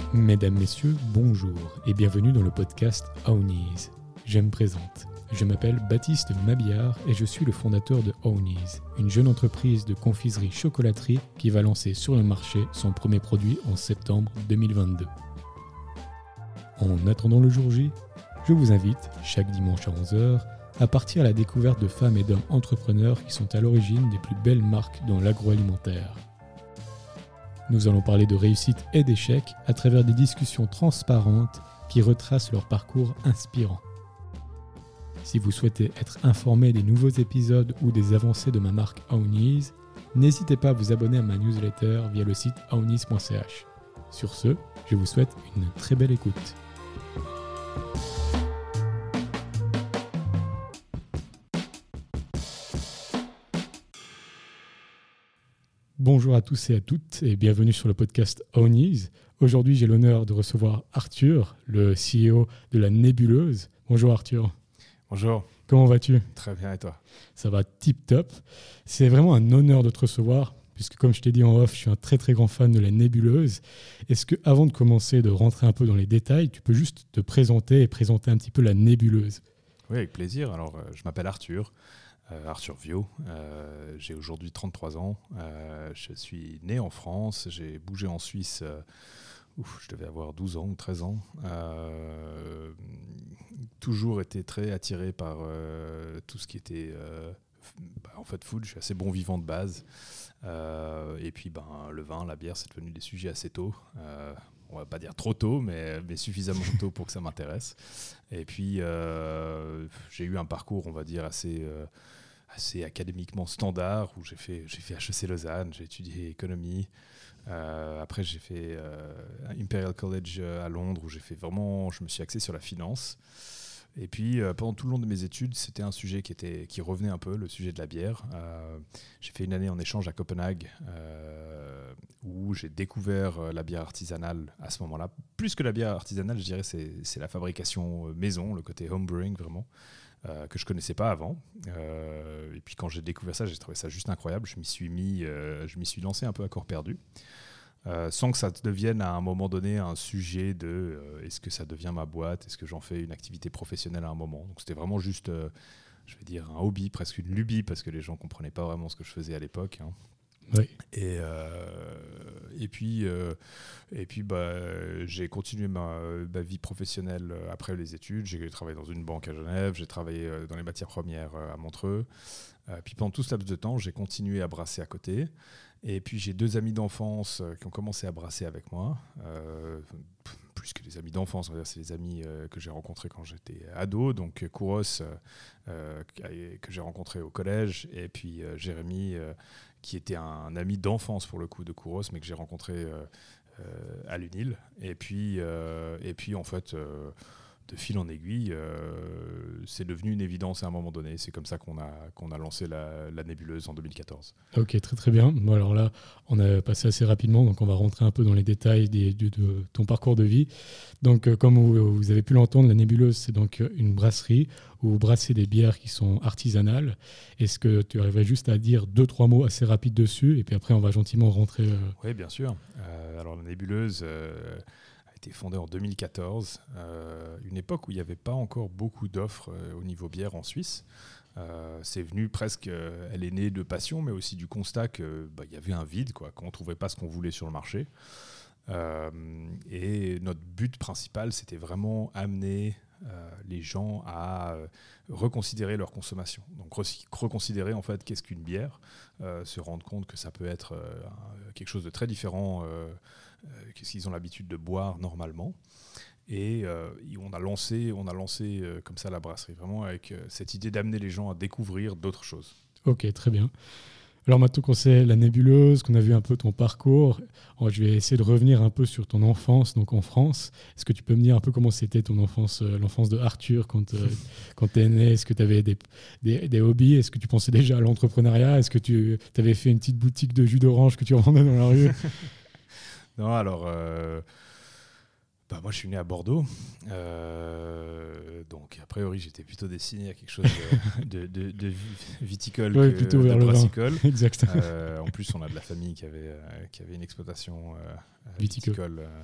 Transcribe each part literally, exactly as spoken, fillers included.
Mesdames, Messieurs, bonjour et bienvenue dans le podcast Ownees. Je me présente. Je m'appelle Baptiste Mabillard et je suis le fondateur de Ownees, une jeune entreprise de confiserie-chocolaterie qui va lancer sur le marché son premier produit en septembre deux mille vingt-deux. En attendant le jour J, je vous invite, chaque dimanche à onze heures, à partir à la découverte de femmes et d'hommes entrepreneurs qui sont à l'origine des plus belles marques dans l'agroalimentaire. Nous allons parler de réussite et d'échecs à travers des discussions transparentes qui retracent leur parcours inspirant. Si vous souhaitez être informé des nouveaux épisodes ou des avancées de ma marque Ownees, n'hésitez pas à vous abonner à ma newsletter via le site ownees point c h. Sur ce, je vous souhaite une très belle écoute. Bonjour à tous et à toutes et bienvenue sur le podcast Ownees. Aujourd'hui, j'ai l'honneur de recevoir Arthur, le C E O de la Nébuleuse. Bonjour Arthur. Bonjour. Comment vas-tu ? Très bien, et toi ? Ça va tip top. C'est vraiment un honneur de te recevoir puisque comme je t'ai dit en off, je suis un très très grand fan de la Nébuleuse. Est-ce que avant de commencer, de rentrer un peu dans les détails, tu peux juste te présenter et présenter un petit peu la Nébuleuse ? Oui, avec plaisir. Alors, euh, je m'appelle Arthur. Euh, Arthur Viau, euh, j'ai aujourd'hui trente-trois ans, euh, je suis né en France, j'ai bougé en Suisse, euh, ouf, je devais avoir douze ans ou treize ans, euh, toujours été très attiré par euh, tout ce qui était euh, bah, en fait food, je suis assez bon vivant de base, euh, et puis ben, le vin, la bière, c'est devenu des sujets assez tôt. Euh, On va pas dire trop tôt, mais, mais suffisamment tôt pour que ça m'intéresse. Et puis, euh, j'ai eu un parcours, on va dire, assez, euh, assez académiquement standard, où j'ai fait, j'ai fait H E C Lausanne, j'ai étudié économie. Euh, après, j'ai fait euh, Imperial College à Londres, où j'ai fait vraiment, je me suis axé sur la finance. Et puis, euh, pendant tout le long de mes études, c'était un sujet qui, était, qui revenait un peu, le sujet de la bière. Euh, j'ai fait une année en échange à Copenhague, euh, où j'ai découvert euh, la bière artisanale à ce moment-là. Plus que la bière artisanale, je dirais, c'est, c'est la fabrication maison, le côté homebrewing, vraiment, euh, que je ne connaissais pas avant. Euh, et puis, quand j'ai découvert ça, j'ai trouvé ça juste incroyable. Je m'y suis mis, euh, je m'y suis lancé un peu à corps perdu. Euh, sans que ça devienne à un moment donné un sujet de euh, est-ce que ça devient ma boîte, est-ce que j'en fais une activité professionnelle à un moment. Donc c'était vraiment juste, euh, je vais dire, un hobby, presque une lubie, parce que les gens ne comprenaient pas vraiment ce que je faisais à l'époque. Hein. Oui. Et, euh, et puis, euh, et puis bah, j'ai continué ma, ma vie professionnelle après les études. J'ai travaillé dans une banque à Genève, j'ai travaillé dans les matières premières à Montreux. Euh, puis pendant tout ce laps de temps, j'ai continué à brasser à côté. Et puis j'ai deux amis d'enfance qui ont commencé à brasser avec moi. Euh, plus que les amis d'enfance, on va dire, c'est les amis euh, que j'ai rencontrés quand j'étais ado. Donc Kouros, euh, que j'ai rencontré au collège. Et puis euh, Jérémy, euh, qui était un ami d'enfance pour le coup de Kouros, mais que j'ai rencontré euh, euh, à l'UNIL. Et puis, euh, et puis en fait... Euh, de fil en aiguille, euh, c'est devenu une évidence à un moment donné. C'est comme ça qu'on a, qu'on a lancé la, la Nébuleuse en deux mille quatorze. Ok, très très bien. Bon, alors là, on a passé assez rapidement, donc on va rentrer un peu dans les détails des, de, de ton parcours de vie. Donc, euh, comme vous, vous avez pu l'entendre, la Nébuleuse, c'est donc une brasserie où vous brassez des bières qui sont artisanales. Est-ce que tu arriverais juste à dire deux, trois mots assez rapides dessus, et puis après, on va gentiment rentrer... Euh... Oui, bien sûr. Euh, alors, la Nébuleuse... Euh été fondée en deux mille quatorze, euh, une époque où il n'y avait pas encore beaucoup d'offres euh, au niveau bière en Suisse. Euh, c'est venu presque, euh, elle est née de passion, mais aussi du constat qu'il bah, y avait un vide, quoi, qu'on ne trouvait pas ce qu'on voulait sur le marché. Euh, et notre but principal, c'était vraiment amener euh, les gens à euh, reconsidérer leur consommation. Donc re- reconsidérer en fait qu'est-ce qu'une bière, euh, se rendre compte que ça peut être euh, un, quelque chose de très différent euh, Euh, qu'est-ce qu'ils ont l'habitude de boire normalement. Et euh, on a lancé, on a lancé euh, comme ça la brasserie, vraiment avec euh, cette idée d'amener les gens à découvrir d'autres choses. Ok, très bien. Alors maintenant qu'on sait la Nébuleuse, qu'on a vu un peu ton parcours, je vais essayer de revenir un peu sur ton enfance donc en France. Est-ce que tu peux me dire un peu comment c'était ton enfance, euh, l'enfance de Arthur quand, euh, quand tu es né ? Est-ce que tu avais des, des, des hobbies ? Est-ce que tu pensais déjà à l'entrepreneuriat ? Est-ce que tu avais fait une petite boutique de jus d'orange que tu revendais dans la rue ? Non, alors, euh, bah moi je suis né à Bordeaux, euh, donc a priori j'étais plutôt destiné à quelque chose de, de, de, de viticole ouais, que plutôt vers de le brassicole. Exact. Euh, en plus on a de la famille qui avait, euh, qui avait une exploitation euh, viticole, viticole euh,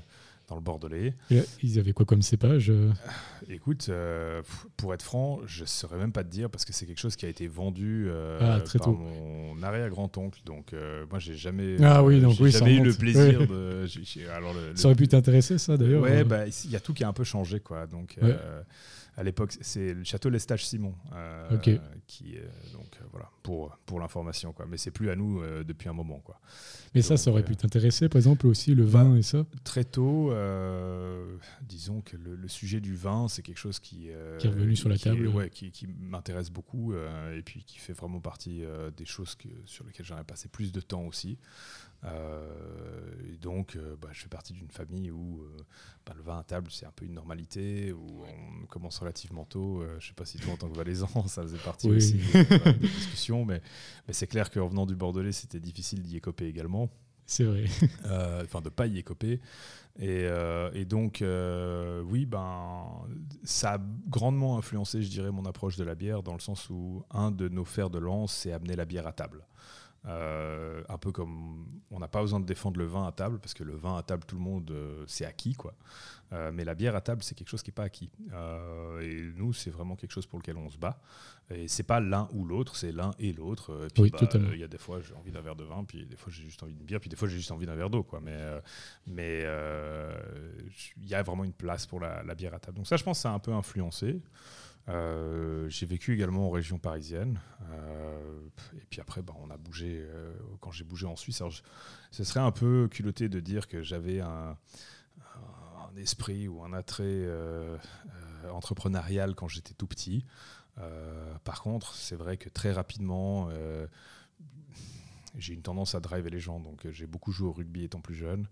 dans le Bordelais. Et ils avaient quoi comme cépage euh Écoute, euh, pour être franc, je ne saurais même pas te dire parce que c'est quelque chose qui a été vendu euh, ah, très par tôt. mon arrière-grand-oncle. Donc, euh, moi, j'ai jamais, ah, oui, donc, j'ai oui, jamais eu le remonte. plaisir ouais. de. J'ai, j'ai, alors le, le, ça aurait pu t'intéresser, ça, d'ailleurs. Ouais, euh... bah, il y a tout qui a un peu changé, quoi. Donc, ouais. euh, à l'époque, c'est le château Lestage-Simon euh, okay. qui, euh, donc euh, voilà, pour pour l'information, quoi. Mais c'est plus à nous euh, depuis un moment, quoi. Mais donc, ça, ça aurait euh, pu t'intéresser, par exemple, aussi le vin bah, et ça. Très tôt, euh, disons que le, le sujet du vin, c'est quelque chose qui, euh, qui est revenu sur la qui table, est, ouais, qui, qui m'intéresse beaucoup euh, et puis qui fait vraiment partie euh, des choses que, sur lesquelles j'aimerais passer plus de temps aussi. Euh, et donc, euh, bah, je fais partie d'une famille où euh, bah, le vin à table, c'est un peu une normalité, où on commence relativement tôt. Euh, je ne sais pas si toi, en tant que valaisan, ça faisait partie oui. aussi euh, des discussions, mais, mais c'est clair qu'en venant du Bordelais, c'était difficile d'y écoper également. C'est vrai. Enfin, euh, de ne pas y écoper. Et, euh, et donc, euh, oui, ben, ça a grandement influencé, je dirais, mon approche de la bière, dans le sens où un de nos fers de lance, c'est amener la bière à table. Euh, un peu comme on n'a pas besoin de défendre le vin à table, parce que le vin à table, tout le monde, euh, c'est acquis, quoi. Euh, mais la bière à table, c'est quelque chose qui n'est pas acquis. Euh, et nous, c'est vraiment quelque chose pour lequel on se bat. Et c'est pas l'un ou l'autre, c'est l'un et l'autre. Et puis, oui, bah, totalement. Il y a des fois, j'ai envie d'un verre de vin, puis des fois, j'ai juste envie d'une bière, puis des fois, j'ai juste envie d'un verre d'eau, quoi. Mais euh, mais euh, il y a vraiment une place pour la, la bière à table. Donc ça, je pense, ça a un peu influencé. Euh, j'ai vécu également en région parisienne euh, et puis après bah, on a bougé euh, quand j'ai bougé en Suisse. Alors, je, ce serait un peu culotté de dire que j'avais un, un esprit ou un attrait euh, euh, entrepreneurial quand j'étais tout petit. Euh, par contre, c'est vrai que très rapidement euh, j'ai une tendance à driver les gens, donc j'ai beaucoup joué au rugby étant plus jeune.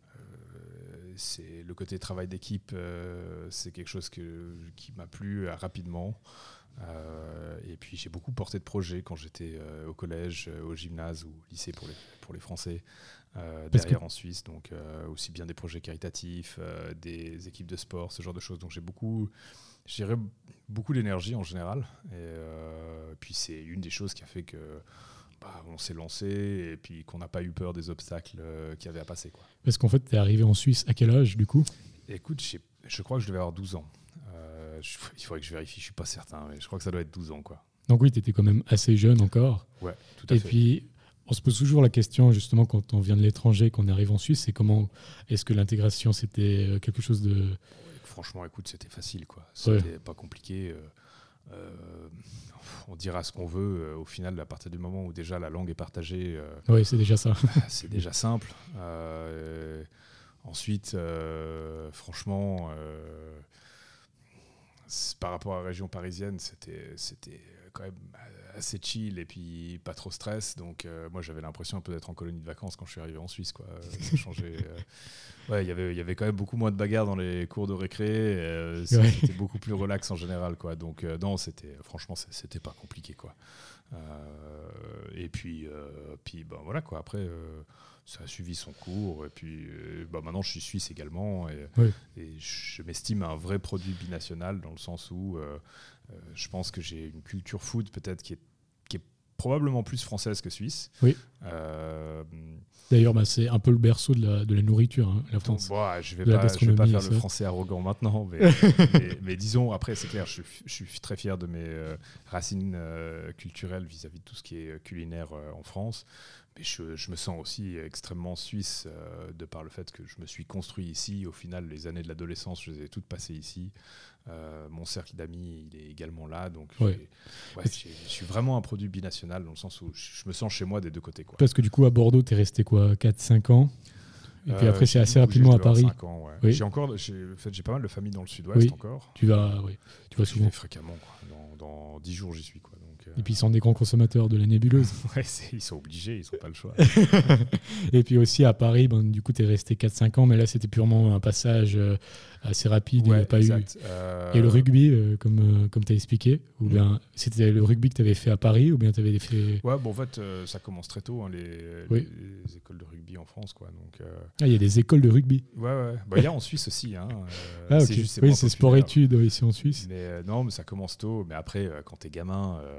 C'est le côté travail d'équipe, euh, c'est quelque chose que, qui m'a plu euh, rapidement. Euh, et puis j'ai beaucoup porté de projets quand j'étais euh, au collège, euh, au gymnase ou au lycée pour les, pour les Français, euh, derrière que... en Suisse. Donc euh, aussi bien des projets caritatifs, euh, des équipes de sport, ce genre de choses. Donc j'ai beaucoup, je dirais, beaucoup d'énergie en général. Et euh, puis c'est une des choses qui a fait que bah, on s'est lancé et puis qu'on n'a pas eu peur des obstacles euh, qu'il y avait à passer, quoi. Parce qu'en fait, tu es arrivé en Suisse à quel âge, du coup ? Écoute, je, je crois que je devais avoir douze ans. Euh, je, il faudrait que je vérifie, je ne suis pas certain, mais je crois que ça doit être douze ans, quoi. Donc oui, tu étais quand même assez jeune encore. Ouais, tout à et fait. Et puis, on se pose toujours la question, justement, quand on vient de l'étranger, qu'on arrive en Suisse, c'est comment est-ce que l'intégration, c'était quelque chose de... Franchement, écoute, c'était facile, quoi. C'était ouais. pas compliqué. Euh, euh, on dira ce qu'on veut. Euh, au final, à partir du moment où déjà la langue est partagée, euh, oui, c'est déjà ça. c'est déjà simple. Euh, ensuite, euh, franchement, euh, par rapport à la région parisienne, c'était, c'était quand même assez chill et puis pas trop stress. Donc, euh, moi, j'avais l'impression un peu d'être en colonie de vacances quand je suis arrivé en Suisse, quoi. Ça changeait. Euh, ouais, y avait, y avait quand même beaucoup moins de bagarres dans les cours de récré. Euh, c'était ouais. beaucoup plus relax en général, quoi. Donc, euh, non, c'était, franchement, c'était pas compliqué, quoi. Euh, et puis, euh, puis ben, voilà, quoi. Après, euh, ça a suivi son cours. Et puis, euh, ben, maintenant, je suis suisse également. Et, oui. et je m'estime un vrai produit binational dans le sens où euh, euh, je pense que j'ai une culture food peut-être qui est, qui est probablement plus française que suisse. Oui. Euh, D'ailleurs, bah, c'est un peu le berceau de la, de la nourriture, hein, la France. Donc, bon, je ne vais, vais pas faire le français arrogant maintenant, mais, mais, mais disons, après, c'est clair, je, je suis très fier de mes euh, racines euh, culturelles vis-à-vis de tout ce qui est culinaire euh, en France. Mais je, je me sens aussi extrêmement suisse euh, de par le fait que je me suis construit ici. Au final, les années de l'adolescence, je les ai toutes passées ici. Euh, mon cercle d'amis, il est également là. Donc, ouais. Ouais, je suis vraiment un produit binational dans le sens où je me sens chez moi des deux côtés, quoi. Parce que du coup, à Bordeaux, tu es resté quoi, quatre cinq ans ? Et puis après, euh, c'est assez rapidement à Paris. cinq ans, ouais. Oui. J'ai encore, j'ai, en fait, j'ai pas mal de famille dans le sud-ouest oui. encore. Tu vas, oui. Tu vas souvent. Je vais fréquemment, quoi. Dans, dans dix jours, j'y suis, quoi. Donc, euh... Et puis ils sont des grands consommateurs de la nébuleuse. Ouais, c'est, ils sont obligés, ils n'ont pas le choix. Et puis aussi à Paris, ben, du coup, tu es resté quatre cinq ans, mais là, c'était purement un passage euh, assez rapide. Ouais, il y a pas exact. eu... Euh... Et le rugby, euh, comme, euh, comme tu as expliqué, ou bien mmh. c'était le rugby que tu avais fait à Paris, ou bien tu avais fait... Ouais, bon, en fait, euh, ça commence très tôt, hein, les, oui. les écoles de rugby en France, quoi. Donc, euh... ah, il y a des écoles de rugby. Ouais, ouais. Bah, il y a en Suisse aussi. Hein. Euh, ah, ok. C'est juste, c'est oui, c'est sport-études ici en Suisse. Mais euh, non, mais ça commence tôt. Mais après, euh, quand t'es gamin, euh,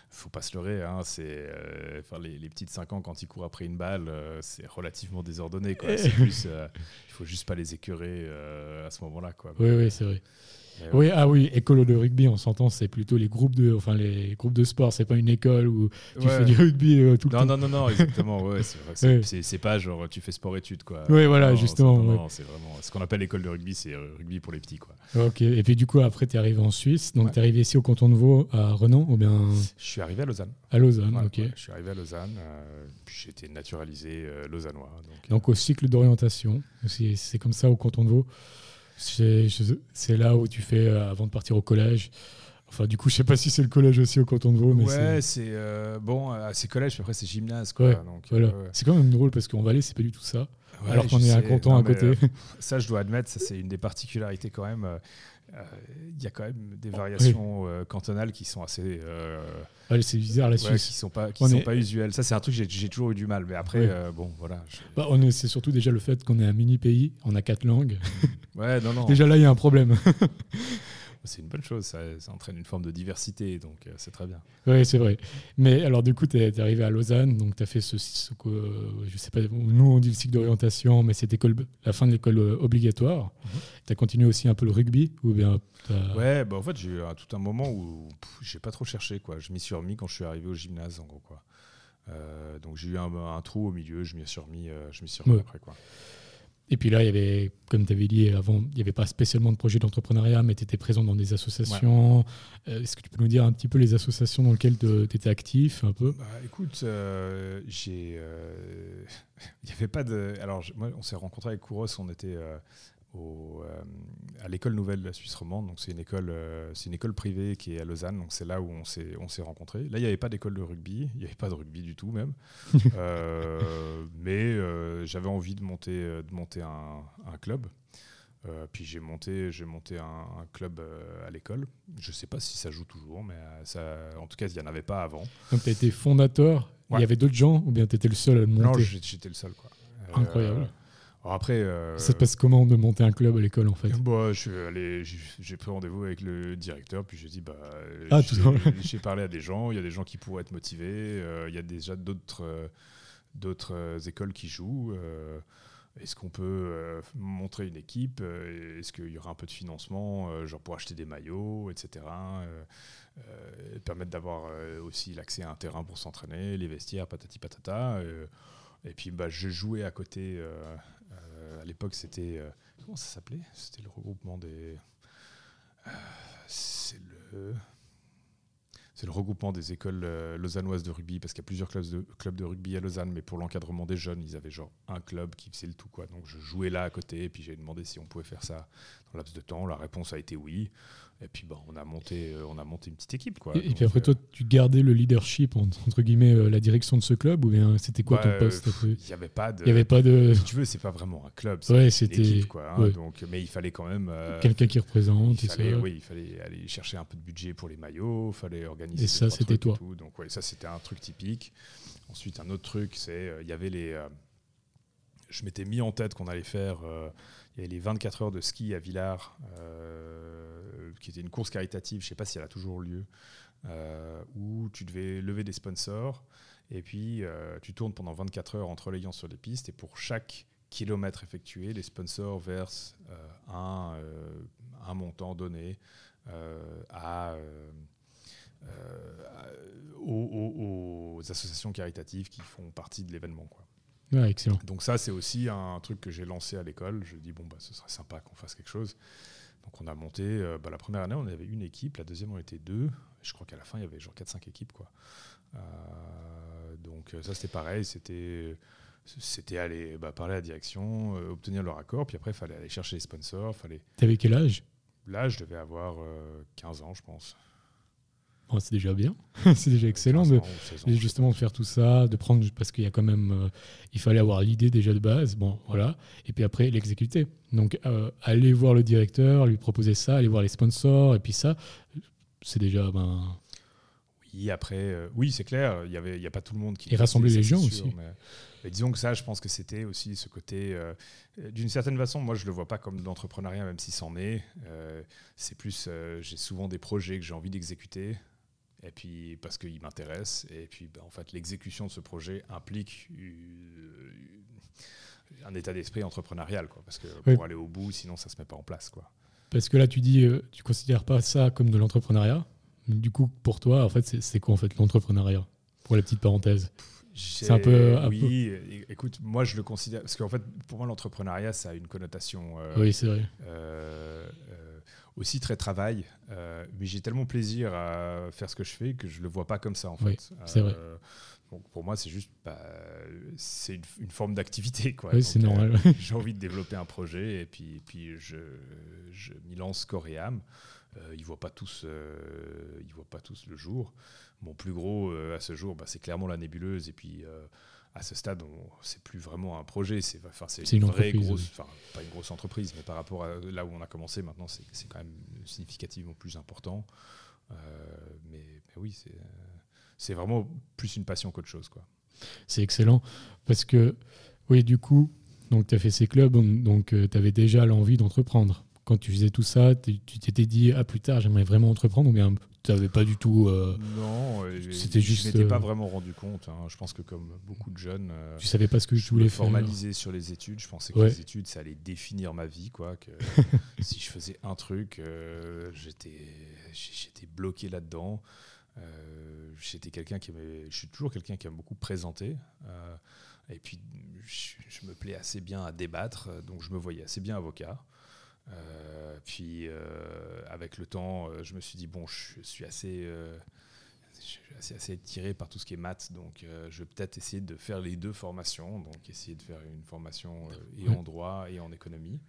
faut pas se leurrer, hein, c'est, euh, enfin, les, les petits de cinq ans, quand ils courent après une balle, euh, c'est relativement désordonné. Quoi. C'est plus, euh, il faut juste pas les écœurer euh, à ce moment-là. Quoi. Oui, oui, c'est vrai. Mais, oui, ah oui, école de rugby, on s'entend, c'est plutôt les groupes de, enfin les groupes de sport. C'est pas une école où tu ouais. fais du rugby euh, tout le non, temps. Non, non, non, exactement. Ouais, c'est, vrai, c'est, ouais. c'est, c'est pas genre tu fais sport-études, quoi. Oui, voilà, non, justement. C'est, non, ouais. non, c'est vraiment ce qu'on appelle l'école de rugby, c'est rugby pour les petits, quoi. Ok. Et puis du coup, après, tu es arrivé en Suisse. Donc, ouais. tu es arrivé ici au canton de Vaud, à Renan, ou bien Je suis arrivé à Lausanne. À Lausanne, ouais, ok. Ouais, je suis arrivé à Lausanne, euh, puis j'ai été naturalisé euh, lausannois. Donc, donc euh... au cycle d'orientation, c'est, c'est comme ça au canton de Vaud. C'est, c'est là où tu fais euh, avant de partir au collège. Enfin, du coup, je sais pas si c'est le collège aussi au canton de Vaud. Mais ouais, c'est, c'est euh, bon, euh, c'est collège, puis après c'est gymnase. Quoi, ouais, donc, voilà. euh, ouais. C'est quand même drôle parce qu'en Valais, c'est pas du tout ça. Ouais, alors qu'on est sais. un canton non, à côté. Euh, ça, je dois admettre, ça, c'est une des particularités quand même. Il euh, y a quand même des variations oui. euh, cantonales qui sont assez. Euh, ouais, c'est bizarre la Suisse. Ouais, qui sont pas, qui sont est... pas usuelles. Ça, c'est un truc que j'ai, j'ai toujours eu du mal. Mais après, ouais. euh, bon, voilà. Je... Bah, on est, c'est surtout déjà le fait qu'on est un mini pays, on a quatre langues. ouais, non, non. Déjà là, il y a un problème. C'est une bonne chose, ça, ça entraîne une forme de diversité, donc euh, c'est très bien. Oui, c'est vrai. Mais alors, du coup, tu es arrivé à Lausanne, donc tu as fait ce, ce euh, je sais pas, nous on dit le cycle d'orientation, mais c'est école, la fin de l'école euh, obligatoire. Mm-hmm. Tu as continué aussi un peu le rugby ou bien t'as... Ouais, bah en fait, j'ai eu un, tout un moment où pff, j'ai pas trop cherché, quoi. Je m'y suis remis quand je suis arrivé au gymnase, en gros, quoi. Euh, donc j'ai eu un, un trou au milieu, je m'y suis remis, euh, je m'y suis remis ouais. après, quoi. Et puis là, il y avait, comme tu avais dit avant, il n'y avait pas spécialement de projet d'entrepreneuriat, mais tu étais présent dans des associations. Ouais. Euh, est-ce que tu peux nous dire un petit peu les associations dans lesquelles tu étais actif un peu ? Bah, écoute, euh, j'ai, euh, il y avait pas de. Alors, je, moi, on s'est rencontrés avec Kouros, on était euh, au, euh, à l'école nouvelle de la Suisse romande. Donc, c'est une école, euh, c'est une école privée qui est à Lausanne. Donc, c'est là où on s'est, on s'est rencontrés. Là, il n'y avait pas d'école de rugby, il n'y avait pas de rugby du tout même. euh, mais euh, j'avais envie de monter, de monter un, un club. Euh, puis j'ai monté, j'ai monté un, un club euh, à l'école. Je ne sais pas si ça joue toujours, mais euh, ça, en tout cas, il n'y en avait pas avant. Donc tu as été fondateur, ouais. Il y avait d'autres gens ou bien tu étais le seul à le monter ? Non, j'étais le seul. Quoi. Incroyable. Euh, alors après, euh, ça se passe comment de monter un club à l'école en fait ? Bon, je suis allé, j'ai pris rendez-vous avec le directeur, puis j'ai dit, bah, ah, j'ai, j'ai parlé à des gens, il y a des gens qui pourraient être motivés, euh, il y a déjà d'autres, euh, d'autres euh, écoles qui jouent. Euh, Est-ce qu'on peut euh, montrer une équipe ? Est-ce qu'il y aura un peu de financement, euh, genre pour acheter des maillots, et cetera. Euh, euh, permettre d'avoir euh, aussi l'accès à un terrain pour s'entraîner, les vestiaires, patati patata. Euh, et puis bah, je jouais à côté. Euh, euh, à l'époque, c'était euh, comment ça s'appelait ? C'était le regroupement des. Euh, c'est le. C'est le regroupement des écoles euh, lausannoises de rugby, parce qu'il y a plusieurs clubs de, clubs de rugby à Lausanne, mais pour l'encadrement des jeunes, ils avaient genre un club qui faisait le tout, quoi. Donc je jouais là à côté, et puis j'ai demandé si on pouvait faire ça dans le laps de temps. La réponse a été oui. Et puis bah, on, a monté, euh, on a monté une petite équipe, quoi. Et, Donc, et puis après, euh, toi, tu gardais le leadership, entre guillemets, euh, la direction de ce club, ou bien c'était quoi bah, ton poste ? Il n'y avait pas de. Il y avait pas de. Si tu veux, c'est pas vraiment un club, c'est ouais, une c'était... équipe, quoi. Hein, ouais. donc, mais il fallait quand même. Euh, Quelqu'un qui représente. Il fallait, ça. Oui, il fallait aller chercher un peu de budget pour les maillots, il fallait organiser. Et ça, c'était toi. Et tout. Donc, ouais, ça, c'était un truc typique. Ensuite, un autre truc, c'est. Il euh, y avait les. Euh, je m'étais mis en tête qu'on allait faire. Euh, il y avait les vingt-quatre heures de ski à Villars, euh, qui était une course caritative, je ne sais pas si elle a toujours lieu, euh, où tu devais lever des sponsors, et puis euh, tu tournes pendant vingt-quatre heures en te relayant sur les pistes, et pour chaque kilomètre effectué, les sponsors versent euh, un, euh, un montant donné euh, à, euh, euh, aux, aux, aux associations caritatives qui font partie de l'événement, quoi. Ouais, excellent. Donc ça, c'est aussi un truc que j'ai lancé à l'école. Je dis, bon, bah, ce serait sympa qu'on fasse quelque chose. Donc on a monté, euh, bah, la première année, on avait une équipe, la deuxième, on était deux. Je crois qu'à la fin, il y avait genre quatre cinq équipes, quoi. Euh, donc ça, c'était pareil. C'était, c'était aller bah, parler à la direction, euh, obtenir leur accord, puis après, il fallait aller chercher les sponsors. Fallait... T'avais quel âge ? Là, je devais avoir euh, quinze ans, je pense. Bon, c'est déjà bien, c'est déjà excellent de, ans, justement de faire tout ça, de prendre, parce qu'il y a quand même, euh, il fallait avoir l'idée déjà de base, bon voilà, et puis après l'exécuter. Donc euh, aller voir le directeur, lui proposer ça, aller voir les sponsors, et puis ça, c'est déjà ben. Oui, après, euh, oui, c'est clair, il y avait, il y a pas tout le monde qui. Et rassembler les gens sûr, aussi. Mais, mais disons que ça, je pense que c'était aussi ce côté, euh, d'une certaine façon, moi je le vois pas comme de l'entrepreneuriat, même si c'en est. Euh, c'est plus, euh, j'ai souvent des projets que j'ai envie d'exécuter. Et puis parce qu'il m'intéresse. Et puis bah, en fait, l'exécution de ce projet implique euh, un état d'esprit entrepreneurial, quoi, parce que Oui. pour aller au bout, sinon ça se met pas en place, quoi. Parce que là, tu dis, euh, tu considères pas ça comme de l'entrepreneuriat. Du coup, pour toi, en fait, c'est, c'est quoi en fait l'entrepreneuriat? Pour la petite parenthèse. J'ai, C'est un peu. Un oui, peu... écoute, moi je le considère. Parce qu'en fait, pour moi, l'entrepreneuriat, ça a une connotation. Euh, oui, c'est vrai. Euh, euh, aussi très travail. Euh, mais j'ai tellement plaisir à faire ce que je fais que je le vois pas comme ça, en fait. Oui, c'est euh, vrai. Donc pour moi, c'est juste. Bah, c'est une, une forme d'activité, quoi. Oui, donc, c'est normal. Euh, j'ai envie de développer un projet et puis, puis je, je m'y lance corps et âme. Euh, ils ne voient pas tous, euh, ils voient pas tous le jour. Mon plus gros euh, à ce jour, bah, c'est clairement la nébuleuse. Et puis euh, à ce stade, on, c'est plus vraiment un projet. C'est, enfin, c'est, c'est une, une vraie grosse, oui. enfin pas une grosse entreprise, mais par rapport à là où on a commencé, maintenant, c'est, c'est quand même significativement plus important. Euh, mais, mais oui, c'est, c'est vraiment plus une passion qu'autre chose, quoi. C'est excellent parce que oui, du coup, donc tu as fait ces clubs, donc euh, tu avais déjà l'envie d'entreprendre. Quand tu faisais tout ça, tu t'étais dit ah plus tard j'aimerais vraiment entreprendre ou bien tu n'avais pas du tout euh, non, c'était juste je m'étais euh, pas vraiment rendu compte, hein. Je pense que comme beaucoup de jeunes, euh, tu savais pas ce que je voulais me faire. formalisais sur les études. Je pensais que ouais. les études ça allait définir ma vie, quoi. Que si je faisais un truc, euh, j'étais j'étais bloqué là-dedans. Euh, j'étais quelqu'un qui aimait, je suis toujours quelqu'un qui aime beaucoup présenter. Euh, et puis je, je me plais assez bien à débattre, donc je me voyais assez bien avocat. Euh, puis euh, avec le temps, euh, je me suis dit bon, je suis assez, euh, je suis assez, assez attiré par tout ce qui est maths, donc euh, je vais peut-être essayer de faire les deux formations, donc essayer de faire une formation euh, et en droit et en économie.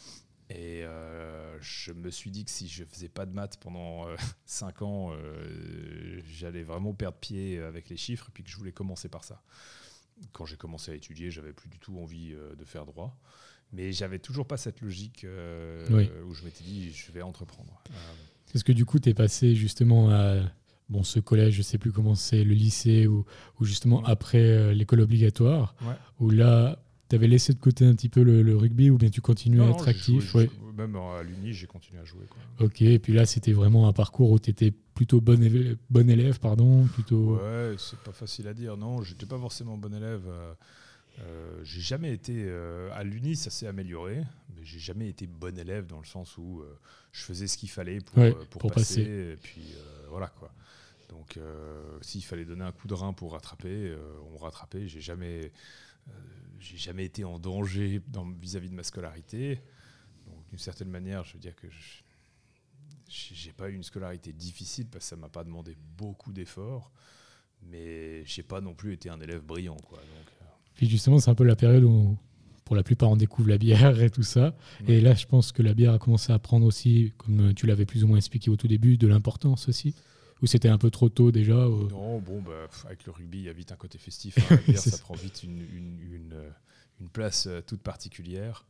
Et euh, je me suis dit que si je faisais pas de maths pendant euh, cinq ans, euh, j'allais vraiment perdre pied avec les chiffres, et puis que je voulais commencer par ça. Quand j'ai commencé à étudier, j'avais plus du tout envie euh, de faire droit. Mais j'avais toujours pas cette logique euh, oui. où je m'étais dit je vais entreprendre. Euh, Est-ce que du coup tu es passé justement à bon, ce collège, je sais plus comment c'est, le lycée, ou, ou justement ouais. après euh, l'école obligatoire, ouais. où là tu avais laissé de côté un petit peu le, le rugby ou bien tu continuais non, à être non, actif joué, ouais. joué, même à l'Uni, j'ai continué à jouer, quoi. Ok, et puis là c'était vraiment un parcours où tu étais plutôt bon élève, bon élève pardon, plutôt... Ouais, c'est pas facile à dire. Non, j'étais pas forcément bon élève. Euh, Euh, j'ai jamais été euh, à l'Uni, ça s'est amélioré, mais j'ai jamais été bon élève dans le sens où euh, je faisais ce qu'il fallait pour, ouais, euh, pour, pour passer, passer. Et puis euh, voilà, quoi. Donc euh, s'il fallait donner un coup de rein pour rattraper, euh, on rattrapait. J'ai jamais, euh, j'ai jamais été en danger dans, vis-à-vis de ma scolarité. Donc d'une certaine manière, je veux dire que je, j'ai pas eu une scolarité difficile parce que ça m'a pas demandé beaucoup d'efforts, mais j'ai pas non plus été un élève brillant, quoi. Donc puis justement, c'est un peu la période où, pour la plupart, on découvre la bière et tout ça. Ouais. Et là, je pense que la bière a commencé à prendre aussi, comme tu l'avais plus ou moins expliqué au tout début, de l'importance aussi. Ou c'était un peu trop tôt déjà ou... Non, bon, bah, avec le rugby, il y a vite un côté festif. Hein. La bière, ça prend vite une, une, une, une place toute particulière.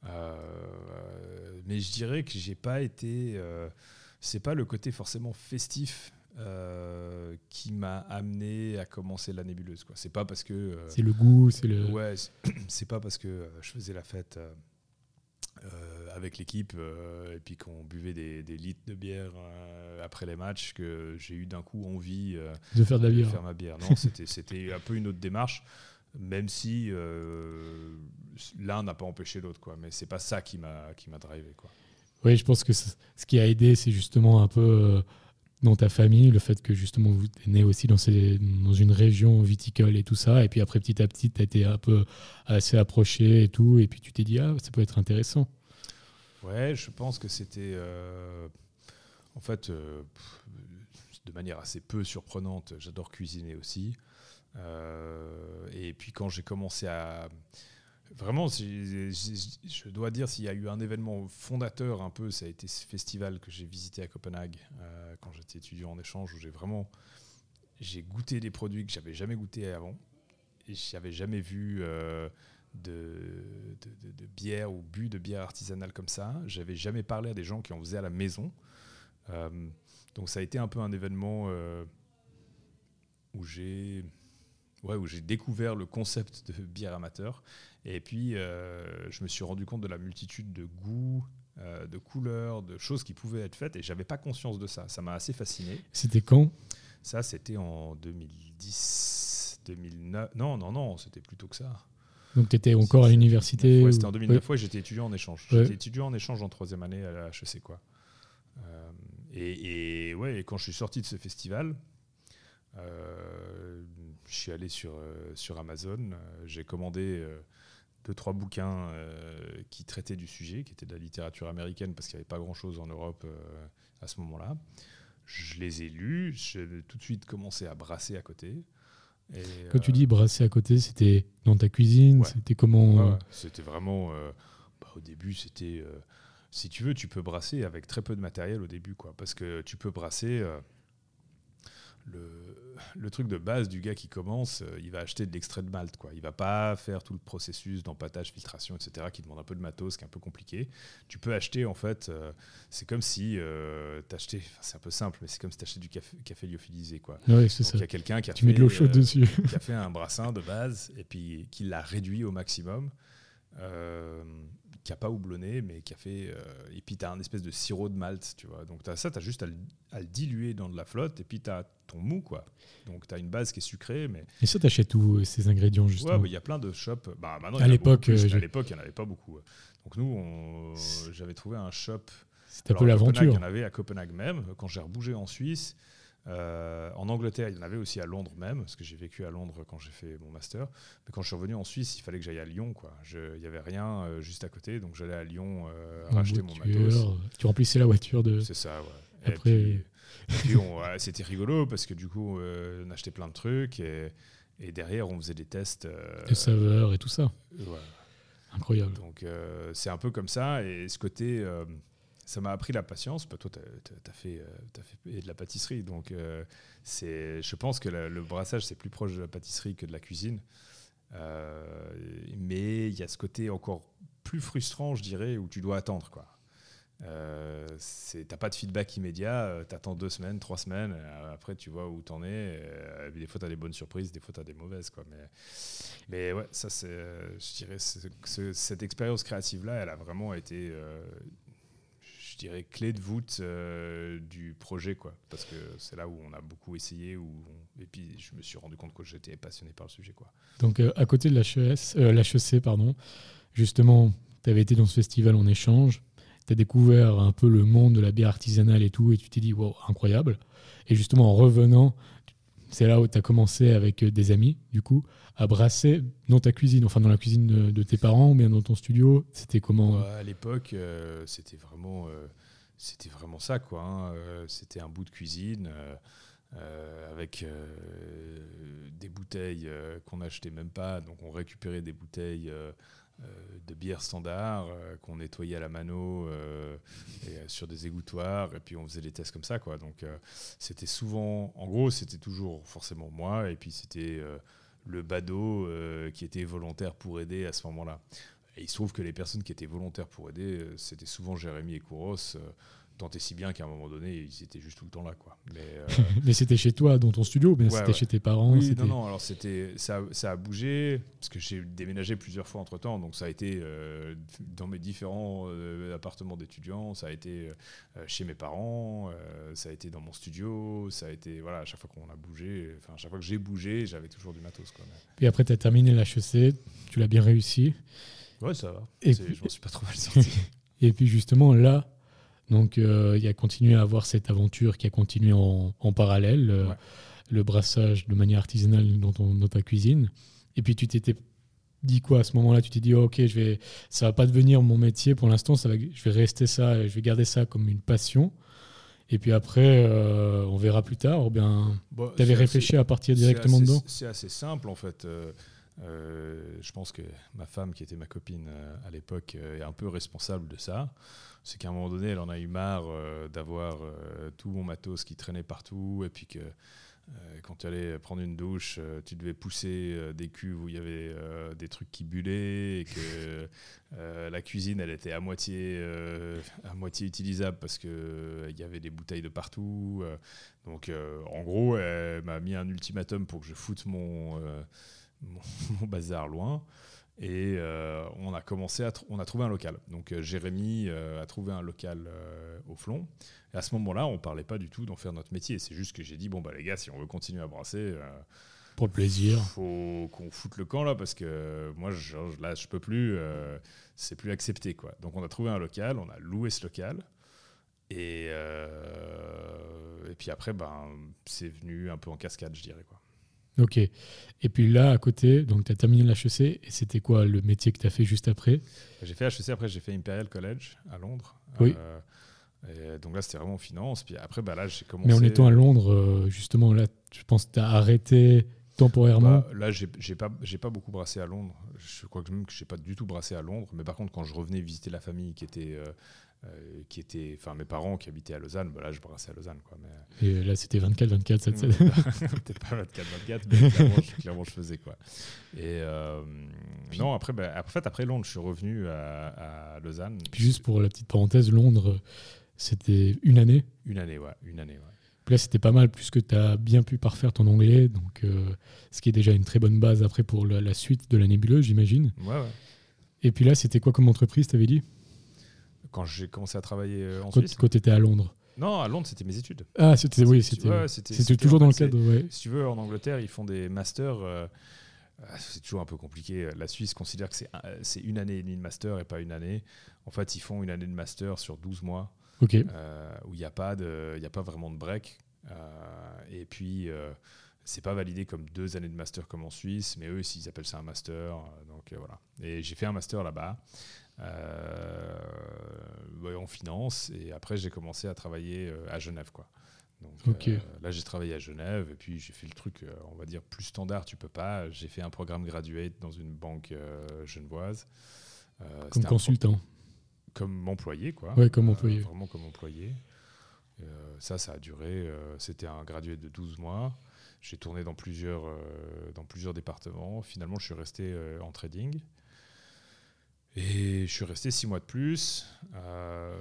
Euh, mais je dirais que j'ai pas été... Euh, c'est pas le côté forcément festif Euh, qui m'a amené à commencer la nébuleuse, quoi. C'est pas parce que euh, c'est le goût, c'est le ouais, c'est, c'est pas parce que euh, je faisais la fête euh, euh, avec l'équipe euh, et puis qu'on buvait des, des litres de bière euh, après les matchs que j'ai eu d'un coup envie euh, de faire de la bière. De faire ma bière. Non, c'était c'était un peu une autre démarche, même si euh, l'un n'a pas empêché l'autre, quoi. Mais c'est pas ça qui m'a qui m'a drivé, quoi. Oui, je pense que ce qui a aidé, c'est justement un peu euh, dans ta famille, le fait que justement vous êtes né aussi dans, ces, dans une région viticole et tout ça, et puis après petit à petit tu as été un peu assez approché et tout, et puis tu t'es dit ah ça peut être intéressant. Ouais, je pense que c'était euh, en fait euh, de manière assez peu surprenante, j'adore cuisiner aussi, euh, et puis quand j'ai commencé à vraiment, j'ai, j'ai, je dois dire, s'il y a eu un événement fondateur un peu, ça a été ce festival que j'ai visité à Copenhague euh, quand j'étais étudiant en échange, où j'ai vraiment j'ai goûté des produits que j'avais jamais goûté avant et j'avais jamais vu euh, de, de, de, de bière ou bu de bière artisanale comme ça. J'avais jamais parlé à des gens qui en faisaient à la maison. Euh, donc ça a été un peu un événement euh, où j'ai Ouais, où j'ai découvert le concept de bière amateur. Et puis, euh, je me suis rendu compte de la multitude de goûts, euh, de couleurs, de choses qui pouvaient être faites. Et je n'avais pas conscience de ça. Ça m'a assez fasciné. C'était quand ? Ça, c'était en deux mille dix, deux mille neuf. Non, non, non, c'était plus tôt que ça. Donc, tu étais encore à l'université? Ouais, c'était en deux mille neuf. Ouais. Ouais, j'étais étudiant en échange. Ouais. J'étais étudiant en échange en troisième année à la H E C, quoi. Euh, et, et, ouais, et quand je suis sorti de ce festival, euh, je suis allé sur, euh, sur Amazon. Euh, j'ai commandé euh, deux, trois bouquins euh, qui traitaient du sujet, qui étaient de la littérature américaine, parce qu'il n'y avait pas grand-chose en Europe euh, à ce moment-là. Je les ai lus. J'ai tout de suite commencé à brasser à côté. Et, Quand euh, tu dis brasser à côté, c'était dans ta cuisine? Ouais. C'était comment? ouais, euh... ouais, c'était vraiment... Euh, bah, au début, c'était... Euh, si tu veux, tu peux brasser avec très peu de matériel au début, quoi, parce que tu peux brasser... Euh, le, le truc de base du gars qui commence, euh, il va acheter de l'extrait de malt, quoi. Il va pas faire tout le processus d'empâtage, filtration, et cetera, qui demande un peu de matos, qui est un peu compliqué. Tu peux acheter, en fait, euh, c'est comme si euh, t'achetais, c'est un peu simple, mais c'est comme si t'achetais du café, café lyophilisé, quoi. Ouais, c'est Donc ça. il y a quelqu'un qui a Tu fait, mets de l'eau chaude euh, dessus. qui a fait un brassin de base et puis qui l'a réduit au maximum. Euh, qui n'a pas houblonné, mais qui a fait... Euh, et puis, tu as un espèce de sirop de malt, tu vois. Donc, t'as ça, tu as juste à le, à le diluer dans de la flotte, et puis tu as ton mou, quoi. Donc, tu as une base qui est sucrée, mais... Et ça, t'achètes où, ces ingrédients, justement? Ouais, il bah, y a plein de shops. Bah, maintenant, à il y en a l'époque, beaucoup plus, euh, mais je... à l'époque, il n'y en avait pas beaucoup. Donc, nous, on... j'avais trouvé un shop... C'était un peu à l'aventure. Copenhague, il y en avait à Copenhague même. Quand j'ai rebougé en Suisse... Euh, en Angleterre, il y en avait aussi à Londres même, parce que j'ai vécu à Londres quand j'ai fait mon master. Mais quand je suis revenu en Suisse, il fallait que j'aille à Lyon, quoi. Je, il n'y avait rien euh, juste à côté, donc j'allais à Lyon euh, racheter mon matos. Tu remplissais la voiture de... C'est ça, ouais. Après... Et puis, et puis on, ouais, c'était rigolo, parce que du coup, euh, on achetait plein de trucs, et, et derrière, on faisait des tests... Euh, de saveurs et tout ça. Ouais. Incroyable. Donc, euh, c'est un peu comme ça, et ce côté... Euh, ça m'a appris la patience. Bah, toi, tu as fait, euh, t'as fait de la pâtisserie. Donc, euh, c'est, je pense que la, le brassage, c'est plus proche de la pâtisserie que de la cuisine. Euh, mais il y a ce côté encore plus frustrant, je dirais, où tu dois attendre, quoi. Euh, tu n'as pas de feedback immédiat. Euh, tu attends deux semaines, trois semaines. Euh, après, tu vois où tu en es. Euh, des fois, tu as des bonnes surprises. Des fois, tu as des mauvaises, quoi. Mais, mais ouais, ça, c'est, je dirais, c'est, c'est, cette expérience créative-là, elle a vraiment été... Euh, je dirais clé de voûte euh, du projet, quoi, parce que c'est là où on a beaucoup essayé, où on... et puis je me suis rendu compte que j'étais passionné par le sujet, quoi. Donc euh, à côté de l'H E S, euh, l'H E C, pardon, justement, tu avais été dans ce festival en échange, tu as découvert un peu le monde de la bière artisanale et tout, et tu t'es dit wow, incroyable. Et justement en revenant, c'est là où tu as commencé avec des amis, du coup, à brasser dans ta cuisine, enfin dans la cuisine de, de tes parents ou bien dans ton studio. C'était comment? Ouais, à l'époque, euh, c'était vraiment, euh, c'était vraiment ça, quoi. Hein. Euh, c'était un bout de cuisine euh, euh, avec euh, des bouteilles euh, qu'on n'achetait même pas. Donc on récupérait des bouteilles euh, euh, de bière standard euh, qu'on nettoyait à la mano euh, et, euh, sur des égouttoirs. Et puis on faisait des tests comme ça, quoi. Donc euh, c'était souvent, en gros, c'était toujours forcément moi. Et puis c'était... Euh, le badaud euh, qui était volontaire pour aider à ce moment-là. Et il se trouve que les personnes qui étaient volontaires pour aider, euh, c'était souvent Jérémy et Kouros, euh, tant et si bien qu'à un moment donné, ils étaient juste tout le temps là, quoi. Mais, euh... Mais c'était chez toi, dans ton studio, ou bien ouais, c'était ouais. chez tes parents? Oui, c'était... non, non, alors c'était, ça, ça a bougé, parce que j'ai déménagé plusieurs fois entre-temps, donc ça a été euh, dans mes différents euh, appartements d'étudiants, ça a été euh, chez mes parents, euh, ça a été dans mon studio, ça a été, voilà, à chaque fois qu'on a bougé, enfin, à chaque fois que j'ai bougé, j'avais toujours du matos, quoi. Puis après, tu as terminé l'H E C, tu l'as bien réussi. Ouais, ça va, et puis... je m'en suis pas trop mal sorti. Et puis justement, là, donc euh, il a continué à avoir cette aventure qui a continué en, en parallèle, euh, ouais. le brassage de manière artisanale dans, ton, dans ta cuisine. Et puis tu t'étais dit quoi à ce moment-là? Tu t'es dit oh, ok, je vais, ça va pas devenir mon métier pour l'instant, ça va, je vais rester ça, je vais garder ça comme une passion. Et puis après, euh, on verra plus tard. Ou bien, bon, tu avais réfléchi assez, à partir directement assez, dedans? C'est assez simple en fait. Euh, euh, je pense que ma femme, qui était ma copine euh, à l'époque, euh, est un peu responsable de ça. C'est qu'à un moment donné, elle en a eu marre euh, d'avoir euh, tout mon matos qui traînait partout, et puis que euh, quand tu allais prendre une douche, euh, tu devais pousser euh, des cuves où il y avait euh, des trucs qui bullaient, et que euh, la cuisine, elle était à moitié, euh, à moitié utilisable parce qu'il euh, y avait des bouteilles de partout. Euh, donc, euh, en gros, elle m'a mis un ultimatum pour que je foute mon, euh, mon, mon bazar loin. Et euh, on a commencé à tr- on a trouvé un local. Donc euh, Jérémy euh, a trouvé un local euh, au Flon. Et à ce moment-là, on parlait pas du tout d'en faire notre métier. C'est juste que j'ai dit bon bah les gars, si on veut continuer à brasser, euh, Pour le plaisir. faut qu'on foute le camp là parce que moi je, là je peux plus, euh, c'est plus accepté quoi. Donc on a trouvé un local, on a loué ce local. Et, euh, et puis après, ben, c'est venu un peu en cascade, je dirais, quoi. Ok. Et puis là, à côté, donc tu as terminé l'H E C, et c'était quoi le métier que tu as fait juste après? J'ai fait H E C, après j'ai fait Imperial College à Londres. Oui. Euh, et donc là, c'était vraiment en finance. Puis après, bah, là, j'ai commencé... Mais en étant à Londres, euh, justement, là, je pense que tu as arrêté temporairement. Bah, là, j'ai, j'ai, pas, j'ai pas beaucoup brassé à Londres. Je crois que même que j'ai pas du tout brassé à Londres. Mais par contre, quand je revenais visiter la famille qui était... Euh, Euh, qui étaient, enfin mes parents qui habitaient à Lausanne, bah là je brassais à Lausanne quoi. Mais... Et là c'était vingt-quatre vingt-quatre cette scène. Peut-être pas vingt-quatre vingt-quatre, mais clairement je, clairement je faisais quoi. Et euh, puis, non après, bah, en fait après Londres je suis revenu à, à Lausanne. Puis juste pour la petite parenthèse, Londres c'était une année. Une année ouais, une année ouais. Puis là c'était pas mal puisque tu as bien pu parfaire ton anglais, donc euh, ce qui est déjà une très bonne base après pour la, la suite de la nébuleuse j'imagine. Ouais ouais. Et puis là c'était quoi comme entreprise t'avais dit? Quand j'ai commencé à travailler en quand, Suisse. Quand tu étais à Londres. Non, à Londres, c'était mes études. Ah, c'était, oui, c'était, ouais, c'était, c'était, c'était toujours dans le fait, cadre. Ouais. Si tu veux, en Angleterre, ils font des masters. Euh, c'est toujours un peu compliqué. La Suisse considère que c'est, un, c'est une année et demie de master et pas une année. En fait, ils font une année de master sur douze mois. Okay. Euh, où il n'y a, a pas vraiment de break. Euh, et puis, euh, c'est pas validé comme deux années de master comme en Suisse, mais eux, ils appellent ça un master. Donc euh, voilà. Et j'ai fait un master là-bas. Euh, ouais, en finance et après j'ai commencé à travailler euh, à Genève quoi. Donc okay. euh, là j'ai travaillé à Genève et puis j'ai fait le truc euh, on va dire plus standard, tu peux pas, j'ai fait un programme graduate dans une banque euh, genevoise euh, comme consultant pro- comme employé quoi. Ouais, comme employé. Euh, vraiment comme employé euh, ça ça a duré euh, c'était un graduate de douze mois, j'ai tourné dans plusieurs euh, dans plusieurs départements, finalement je suis resté euh, en trading. Et je suis resté six mois de plus. Euh,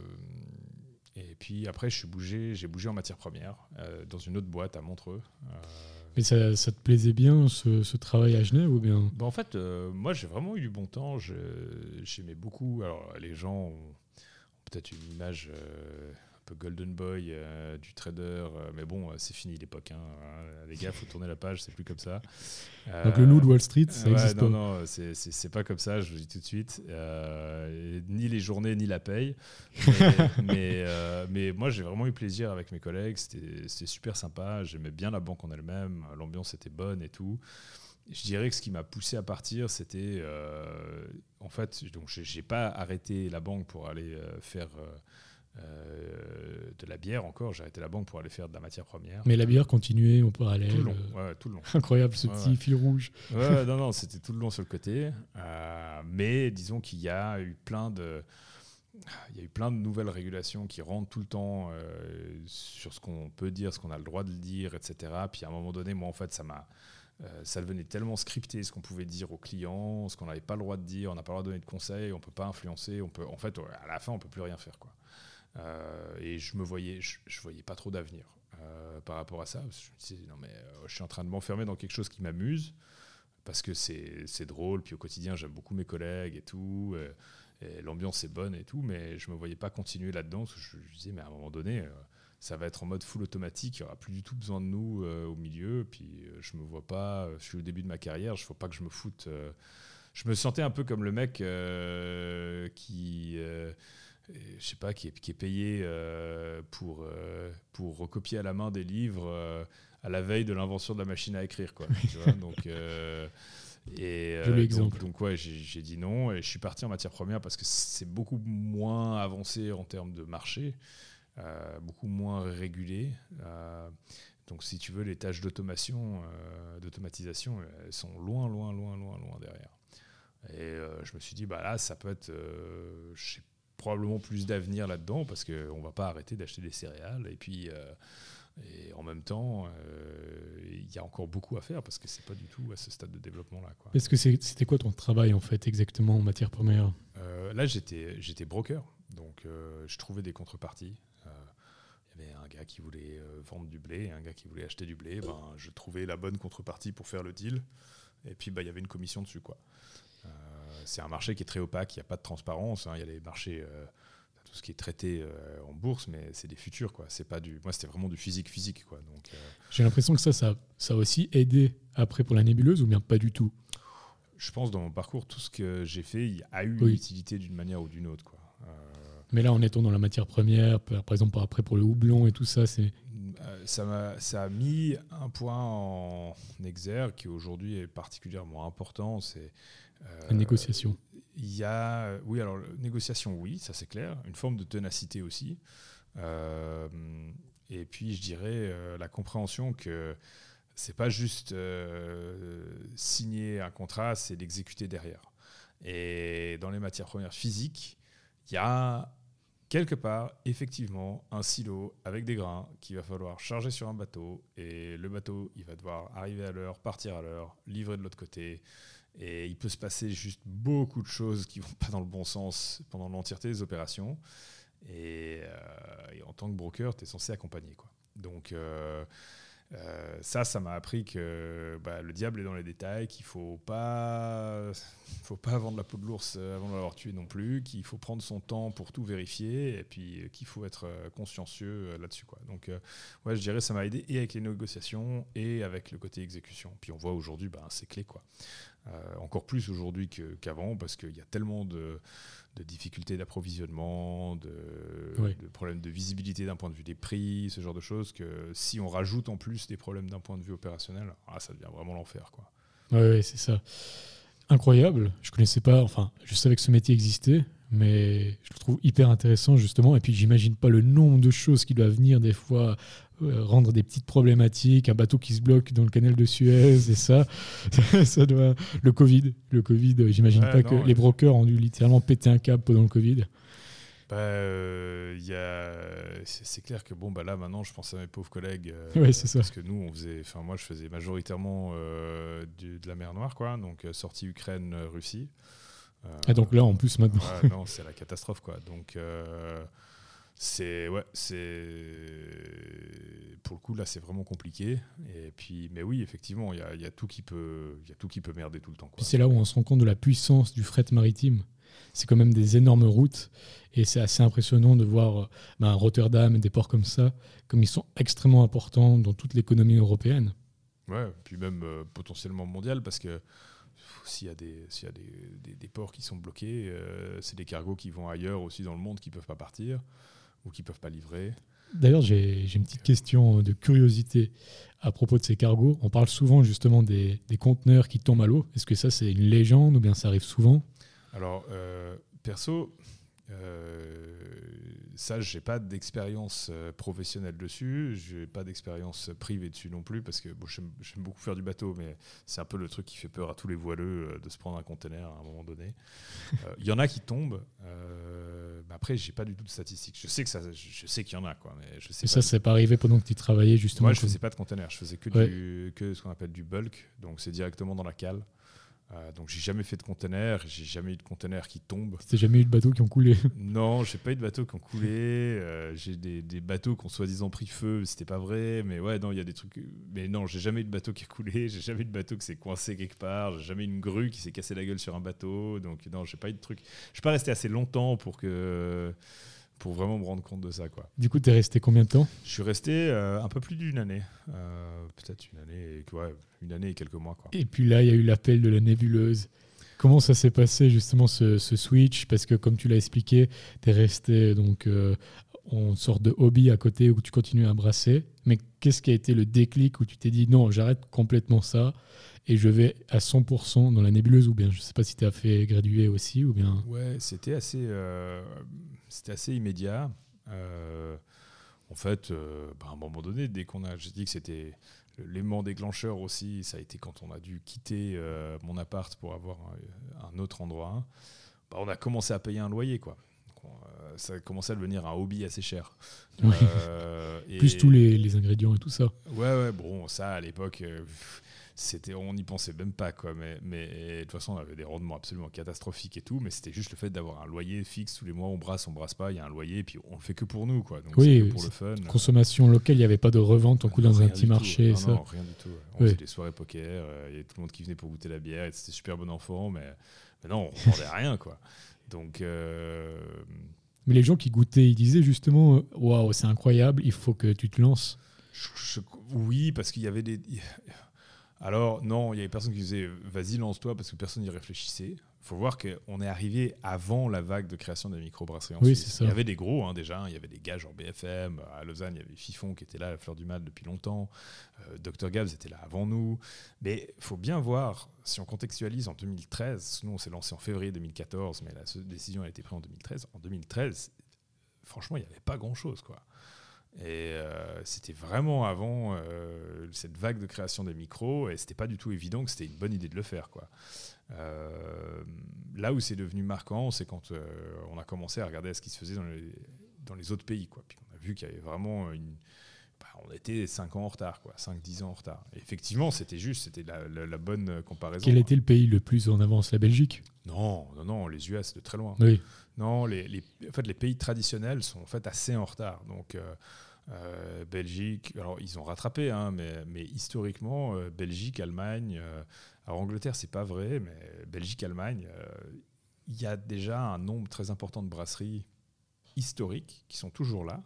et puis après, je suis bougé, j'ai bougé en matière première euh, dans une autre boîte à Montreux. Euh, Mais ça, ça te plaisait bien ce, ce travail à Genève ou bien? Bah en fait, euh, moi j'ai vraiment eu du bon temps. Je, j'aimais beaucoup. Alors les gens ont, ont peut-être une image euh, un peu golden boy euh, du trader, euh, mais bon, euh, c'est fini l'époque. Hein. Les gars, faut tourner la page, c'est plus comme ça. Euh, Donc le loup de Wall Street, ça ouais, existe non, pas. Non, c'est, c'est, c'est pas comme ça, je vous dis tout de suite. Euh, ni les journées, ni la paye. Mais, mais, euh, mais moi, j'ai vraiment eu plaisir avec mes collègues. C'était, c'était super sympa. J'aimais bien la banque en elle-même. L'ambiance était bonne et tout. Je dirais que ce qui m'a poussé à partir, c'était... Euh, en fait, donc, j'ai, j'ai pas arrêté la banque pour aller euh, faire... Euh, Euh, de la bière encore, j'ai arrêté la banque pour aller faire de la matière première. Mais la bière continuait en parallèle. Tout le long, ouais, tout le long. Incroyable ce ouais, petit ouais. fil rouge. Ouais, non, non, c'était tout le long sur le côté. Euh, mais disons qu'il y a eu plein de, il y a eu plein de nouvelles régulations qui rentrent tout le temps euh, sur ce qu'on peut dire, ce qu'on a le droit de le dire, et cetera. Puis à un moment donné, moi en fait, ça m'a Euh, ça devenait tellement scripté ce qu'on pouvait dire aux clients, ce qu'on n'avait pas le droit de dire, on n'a pas le droit de donner de conseils, on ne peut pas influencer, on peut, en fait, à la fin, on ne peut plus rien faire, quoi. Euh, et je me voyais, je, je voyais pas trop d'avenir euh, par rapport à ça. Je me disais, non mais euh, je suis en train de m'enfermer dans quelque chose qui m'amuse, parce que c'est, c'est drôle, puis au quotidien, j'aime beaucoup mes collègues et tout, euh, et l'ambiance est bonne et tout, mais je me voyais pas continuer là-dedans, parce que je, je disais, mais à un moment donné... Euh, ça va être en mode full automatique, il n'y aura plus du tout besoin de nous euh, au milieu, puis euh, je me vois pas, euh, je suis au début de ma carrière, il ne faut pas que je me foute. Euh, je me sentais un peu comme le mec euh, qui, euh, je sais pas, qui est, qui est payé euh, pour, euh, pour recopier à la main des livres euh, à la veille de l'invention de la machine à écrire, quoi. Tu vois, donc... Euh, Et Joli euh, exemple. donc, donc ouais, j'ai, j'ai dit non, et je suis parti en matière première parce que c'est beaucoup moins avancé en termes de marché. Euh, beaucoup moins régulé. Euh, donc, si tu veux, les tâches d'automation, euh, d'automatisation, elles sont loin, loin, loin, loin, loin derrière. Et euh, je me suis dit, bah là, ça peut être, euh, j'ai probablement plus d'avenir là-dedans parce qu'on ne va pas arrêter d'acheter des céréales. Et puis, euh, et en même temps, il euh, y a encore beaucoup à faire parce que c'est pas du tout à ce stade de développement-là, quoi. Est-ce que c'est, c'était quoi ton travail en fait exactement en matière première? euh, Là, j'étais, j'étais broker, donc euh, je trouvais des contreparties. Il il y avait un gars qui voulait euh, vendre du blé et un gars qui voulait acheter du blé. Ben, je trouvais la bonne contrepartie pour faire le deal. Et puis, ben, il y avait une commission dessus, quoi. Euh, c'est un marché qui est très opaque, il n'y a pas de transparence. Hein, il y a les marchés, euh, tout ce qui est traité euh, en bourse, mais c'est des futurs, quoi. C'est pas du, moi, c'était vraiment du physique-physique, quoi. Donc, euh, J'ai l'impression que ça, ça, ça a aussi aidé après pour la nébuleuse ou bien pas du tout? je pense dans mon parcours, tout ce que j'ai fait, il a eu Oui. une utilité d'une manière ou d'une autre, quoi. Euh, Mais là, en étant dans la matière première, par par exemple, après pour le houblon et tout ça, c'est... Euh, ça, m'a, ça a mis un point en exergue qui aujourd'hui est particulièrement important. C'est euh, La négociation. Il y a, oui, alors négociation, oui, ça c'est clair. Une forme de ténacité aussi. Euh, et puis je dirais euh, la compréhension que c'est pas juste euh, signer un contrat, c'est l'exécuter derrière. Et dans les matières premières physiques, il y a quelque part, effectivement, un silo avec des grains qu'il va falloir charger sur un bateau. Et le bateau, il va devoir arriver à l'heure, partir à l'heure, livrer de l'autre côté. Et il peut se passer juste beaucoup de choses qui ne vont pas dans le bon sens pendant l'entièreté des opérations. Et, euh, et en tant que broker, tu es censé accompagner, quoi. Donc, euh, euh, ça, ça m'a appris que bah, le diable est dans les détails, qu'il ne faut pas, faut pas vendre la peau de l'ours avant de l'avoir tué non plus, qu'il faut prendre son temps pour tout vérifier et puis qu'il faut être consciencieux là-dessus, quoi. Donc, euh, ouais, je dirais que ça m'a aidé et avec les négociations et avec le côté exécution. Puis on voit aujourd'hui, bah, c'est clé, quoi. Euh, encore plus aujourd'hui que, qu'avant parce qu'il y a tellement de, de difficultés d'approvisionnement, de, Oui. de problèmes de visibilité d'un point de vue des prix, ce genre de choses, que si on rajoute en plus des problèmes d'un point de vue opérationnel, ah, ça devient vraiment l'enfer, quoi. Oui, ouais, c'est ça. Incroyable. Je connaissais pas, enfin, je savais que ce métier existait, mais je le trouve hyper intéressant, justement. Et puis, j'imagine pas le nombre de choses qui doivent venir des fois, euh, rendre des petites problématiques, un bateau qui se bloque dans le canal de Suez, et ça, ça doit... Le Covid, le Covid, j'imagine Ouais, pas non, que ouais. les brokers ont dû littéralement péter un câble pendant le Covid. Bah, euh, y a... c'est, c'est clair que bon, bah là maintenant je pense à mes pauvres collègues euh, Ouais, c'est ça. parce que nous on faisait, enfin moi je faisais majoritairement euh, du, de la mer Noire, quoi, donc euh, sortie Ukraine euh, Russie. Euh, Et donc là, en plus, maintenant. ouais, non, c'est la catastrophe, quoi. Donc euh, c'est ouais, c'est pour le coup là c'est vraiment compliqué. Et puis mais oui, effectivement il y a, y a tout qui peut, il y a tout qui peut merder tout le temps, quoi. Puis c'est là où on se rend compte de la puissance du fret maritime. C'est quand même des énormes routes et c'est assez impressionnant de voir ben, Rotterdam et des ports comme ça, comme ils sont extrêmement importants dans toute l'économie européenne. Ouais, puis même euh, potentiellement mondial parce que s'il y a des, s'il y a des, des, des ports qui sont bloqués, euh, c'est des cargos qui vont ailleurs aussi dans le monde qui ne peuvent pas partir ou qui ne peuvent pas livrer. D'ailleurs, j'ai, j'ai une petite question de curiosité à propos de ces cargos. On parle souvent justement des, des conteneurs qui tombent à l'eau. Est-ce que ça, c'est une légende ou bien ça arrive souvent? Alors, euh, perso, euh, ça, j'ai pas d'expérience euh, professionnelle dessus, j'ai pas d'expérience privée dessus non plus, parce que bon, j'aime, j'aime beaucoup faire du bateau, mais c'est un peu le truc qui fait peur à tous les voileux euh, de se prendre un container à un moment donné. Il euh, y en a qui tombent, euh, mais après, j'ai pas du tout de statistiques. Je sais que ça, je sais qu'il y en a, quoi, mais je sais Et pas. ça, c'est pas arrivé pendant que tu travaillais justement? Moi, je comme... faisais pas de container, je faisais que, Ouais. du, que ce qu'on appelle du bulk, donc c'est directement dans la cale. Euh, donc j'ai jamais fait de container, j'ai jamais eu de container qui tombe. T'as jamais eu de bateaux qui ont coulé? Non, j'ai pas eu de bateaux qui ont coulé. Euh, j'ai des, des bateaux qui ont soi-disant pris feu, c'était pas vrai. Mais ouais, non, il y a des trucs. Mais non, j'ai jamais eu de bateau qui a coulé. J'ai jamais eu de bateau qui s'est coincé quelque part. J'ai jamais eu une grue qui s'est cassé la gueule sur un bateau. Donc non, j'ai pas eu de truc. Je suis pas resté assez longtemps pour que pour vraiment me rendre compte de ça, quoi. Du coup, t'es resté combien de temps? Je suis resté euh, un peu plus d'une année, euh, peut-être une année, et, ouais, une année et quelques mois, quoi. Et puis là, il y a eu l'appel de la nébuleuse. Comment ça s'est passé justement ce, ce switch? Parce que comme tu l'as expliqué, tu es resté donc, euh, en sorte de hobby à côté où tu continues à brasser. Mais qu'est-ce qui a été le déclic où tu t'es dit non, j'arrête complètement ça et je vais à cent pour cent dans la nébuleuse? Ou bien je ne sais pas si tu as fait graduer aussi ou bien... Ouais, c'était assez, euh, c'était assez immédiat. Euh, en fait, euh, bah, à un moment donné, dès qu'on a, j'ai dit que c'était l'élément déclencheur aussi, ça a été quand on a dû quitter euh, mon appart pour avoir un, un autre endroit. Bah, on a commencé à payer un loyer, quoi. Donc, on, euh, ça a commencé à devenir un hobby assez cher. Oui. Euh, Plus et... tous les, les ingrédients et tout ça. Ouais, ouais, bon, ça à l'époque, euh, c'était, on n'y pensait même pas, quoi. Mais, mais de toute façon, on avait des rendements absolument catastrophiques et tout, mais c'était juste le fait d'avoir un loyer fixe tous les mois, on brasse, on brasse pas, il y a un loyer, et puis on le fait que pour nous, quoi. Donc oui, c'est que pour le fun. Consommation locale, il n'y avait pas de revente en coup non, dans un rien petit du tout. marché. Non, ça. non, rien du tout. On oui. faisait des soirées poker, euh, il y avait tout le monde qui venait pour goûter la bière, et c'était super bon enfant, mais, mais non, on vendait rien, quoi. Donc. Euh... Mais les gens qui goûtaient, ils disaient justement, waouh, c'est incroyable, il faut que tu te lances. Je, je, oui, parce qu'il y avait des. Alors, non, il y avait personne qui disait vas-y, lance-toi, parce que personne n'y réfléchissait. Il faut voir qu'on est arrivé avant la vague de création des microbrasseries en oui, Suisse. C'est ça. Il y avait des gros, hein, déjà. Il y avait des gars genre B F M. À Lausanne, il y avait Fifon qui était là, à la Fleur du Mal, depuis longtemps. Euh, docteur Gabs était là avant nous. Mais il faut bien voir, si on contextualise en deux mille treize, nous, on s'est lancé en février deux mille quatorze, mais la décision a été prise en deux mille treize. En deux mille treize, franchement, il n'y avait pas grand-chose, quoi. Et euh, c'était vraiment avant euh, cette vague de création des micros, et c'était pas du tout évident que c'était une bonne idée de le faire, quoi. Euh, là où c'est devenu marquant, c'est quand euh, on a commencé à regarder ce qui se faisait dans les, dans les autres pays, quoi. Puis on a vu qu'il y avait vraiment une... Bah, on était cinq ans en retard, quoi, cinq dix ans en retard. Et effectivement, c'était juste, c'était la, la, la bonne comparaison. Quel était le pays le plus en avance? La Belgique? Non, non, non, les U S de très loin. Oui. Non, les, les, en fait, les pays traditionnels sont en fait assez en retard. Donc, euh, euh, Belgique, alors ils ont rattrapé, hein, mais, mais historiquement, euh, Belgique, Allemagne, euh, alors Angleterre, c'est pas vrai, mais Belgique, Allemagne, il euh, y a déjà un nombre très important de brasseries historiques qui sont toujours là.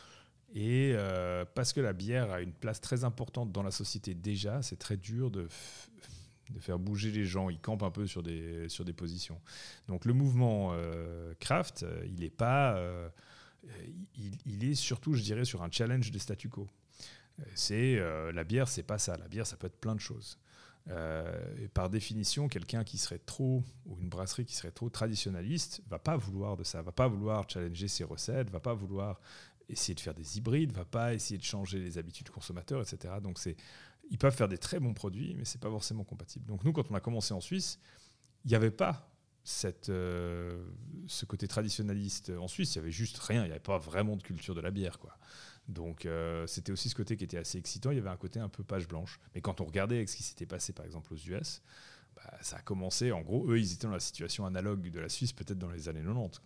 Et euh, parce que la bière a une place très importante dans la société déjà, c'est très dur de, f- de faire bouger les gens. Ils campent un peu sur des, sur des positions. Donc le mouvement euh, craft, il est pas, euh, il, il est surtout, je dirais, sur un challenge de statu quo. C'est euh, la bière, c'est pas ça. La bière, ça peut être plein de choses. Euh, et par définition, quelqu'un qui serait trop, ou une brasserie qui serait trop traditionnaliste, va pas vouloir de ça, va pas vouloir challenger ses recettes, va pas vouloir essayer de faire des hybrides, va pas essayer de changer les habitudes consommateurs, et cetera. Donc c'est, ils peuvent faire des très bons produits, mais c'est pas forcément compatible. Donc nous, quand on a commencé en Suisse, il n'y avait pas cette, euh, ce côté traditionnaliste en Suisse. Il y avait juste rien. Il n'y avait pas vraiment de culture de la bière, quoi. Donc euh, c'était aussi ce côté qui était assez excitant. Il y avait un côté un peu page blanche. Mais quand on regardait avec ce qui s'était passé, par exemple aux U S, bah, ça a commencé. En gros, eux, ils étaient dans la situation analogue de la Suisse, peut-être dans les années quatre-vingt-dix.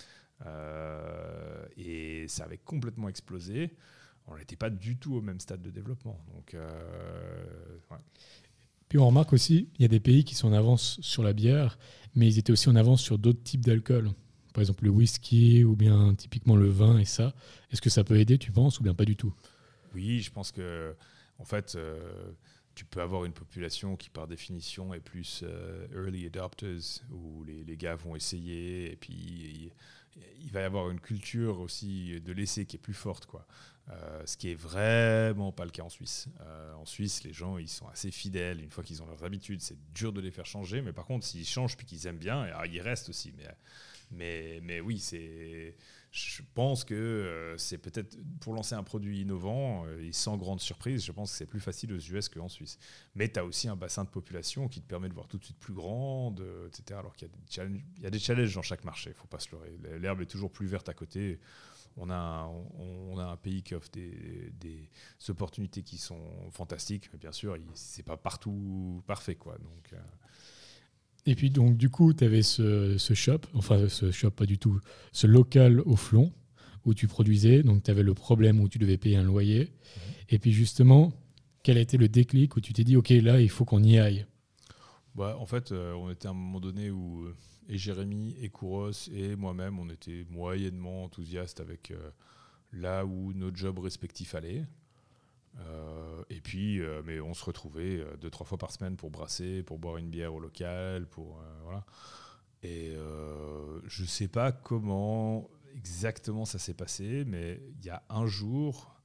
Euh, et ça avait complètement explosé. On n'était pas du tout au même stade de développement. Donc, euh, ouais. Puis on remarque aussi, il y a des pays qui sont en avance sur la bière, mais ils étaient aussi en avance sur d'autres types d'alcool. Par exemple le whisky ou bien typiquement le vin et ça. Est-ce que ça peut aider, tu penses, ou bien pas du tout? Oui, je pense que, en fait, euh, tu peux avoir une population qui, par définition, est plus euh, early adopters, où les, les gars vont essayer, et puis il, il va y avoir une culture aussi de l'essai qui est plus forte, quoi. Euh, ce qui est vraiment pas le cas en Suisse. Euh, en Suisse, les gens, ils sont assez fidèles. Une fois qu'ils ont leurs habitudes, c'est dur de les faire changer. Mais par contre, s'ils changent puis qu'ils aiment bien, alors, ils restent aussi. Mais, mais, mais oui, c'est... Je pense que euh, c'est peut-être pour lancer un produit innovant euh, et sans grande surprise, je pense que c'est plus facile aux U S qu'en Suisse. Mais tu as aussi un bassin de population qui te permet de voir tout de suite plus grande, euh, et cetera. Alors qu'il y a des challenges, il y a des challenges dans chaque marché, il ne faut pas se leurrer. L'herbe est toujours plus verte à côté. On a un, on, on a un pays qui offre des, des opportunités qui sont fantastiques, mais bien sûr, ce n'est pas partout parfait, quoi. Donc, euh, Et puis donc du coup, tu avais ce, ce shop, enfin ce shop pas du tout, ce local au Flon où tu produisais, donc tu avais le problème où tu devais payer un loyer. Mmh. Et puis justement, quel a été le déclic où tu t'es dit, ok, là, il faut qu'on y aille? Bah, en fait, euh, on était à un moment donné où, et Jérémy, et Kouros, et moi-même, on était moyennement enthousiastes avec euh, là où nos jobs respectifs allaient. Euh, et puis, euh, mais on se retrouvait euh, deux, trois fois par semaine pour brasser, pour boire une bière au local, pour euh, voilà. Et euh, je ne sais pas comment exactement ça s'est passé, mais il y a un jour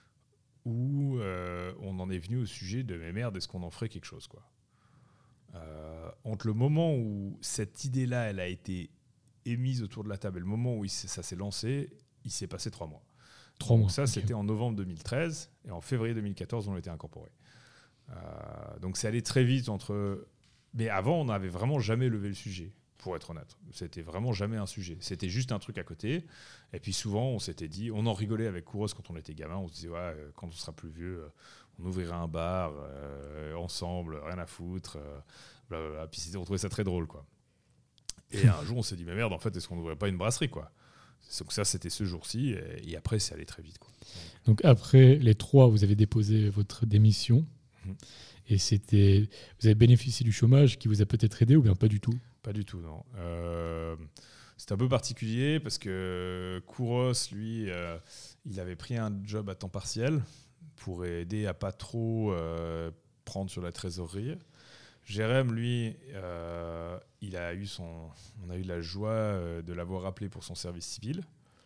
où euh, on en est venu au sujet de mais merde, est-ce qu'on en ferait quelque chose, quoi. Euh, entre le moment où cette idée-là, elle a été émise autour de la table et le moment où il, ça s'est lancé, il s'est passé trois mois. Trois donc mois. Ça, okay. C'était en novembre deux mille treize et en février deux mille quatorze, on a été incorporé. Euh, donc c'est allé très vite entre... Mais avant, on n'avait vraiment jamais levé le sujet. pour être honnête. C'était vraiment jamais un sujet. C'était juste un truc à côté. Et puis souvent, on s'était dit, on en rigolait avec Kouros quand on était gamin. On se disait, ouais, quand on sera plus vieux, on ouvrira un bar euh, ensemble, rien à foutre. Euh, blablabla. Puis on trouvait ça très drôle, quoi. Et un jour, on s'est dit, mais merde, en fait, est-ce qu'on n'ouvrait pas une brasserie, quoi? Donc ça, c'était ce jour-ci. Et, et après, c'est allé très vite, quoi. Donc après les trois, vous avez déposé votre démission. Mmh. Et c'était, vous avez bénéficié du chômage qui vous a peut-être aidé ou bien pas du tout? Pas du tout, non. Euh, c'est un peu particulier parce que Kouros, lui, euh, il avait pris un job à temps partiel pour aider à pas trop euh, prendre sur la trésorerie. Jérém, lui, euh, il a eu son, on a eu la joie euh, de l'avoir appelé pour son service civil.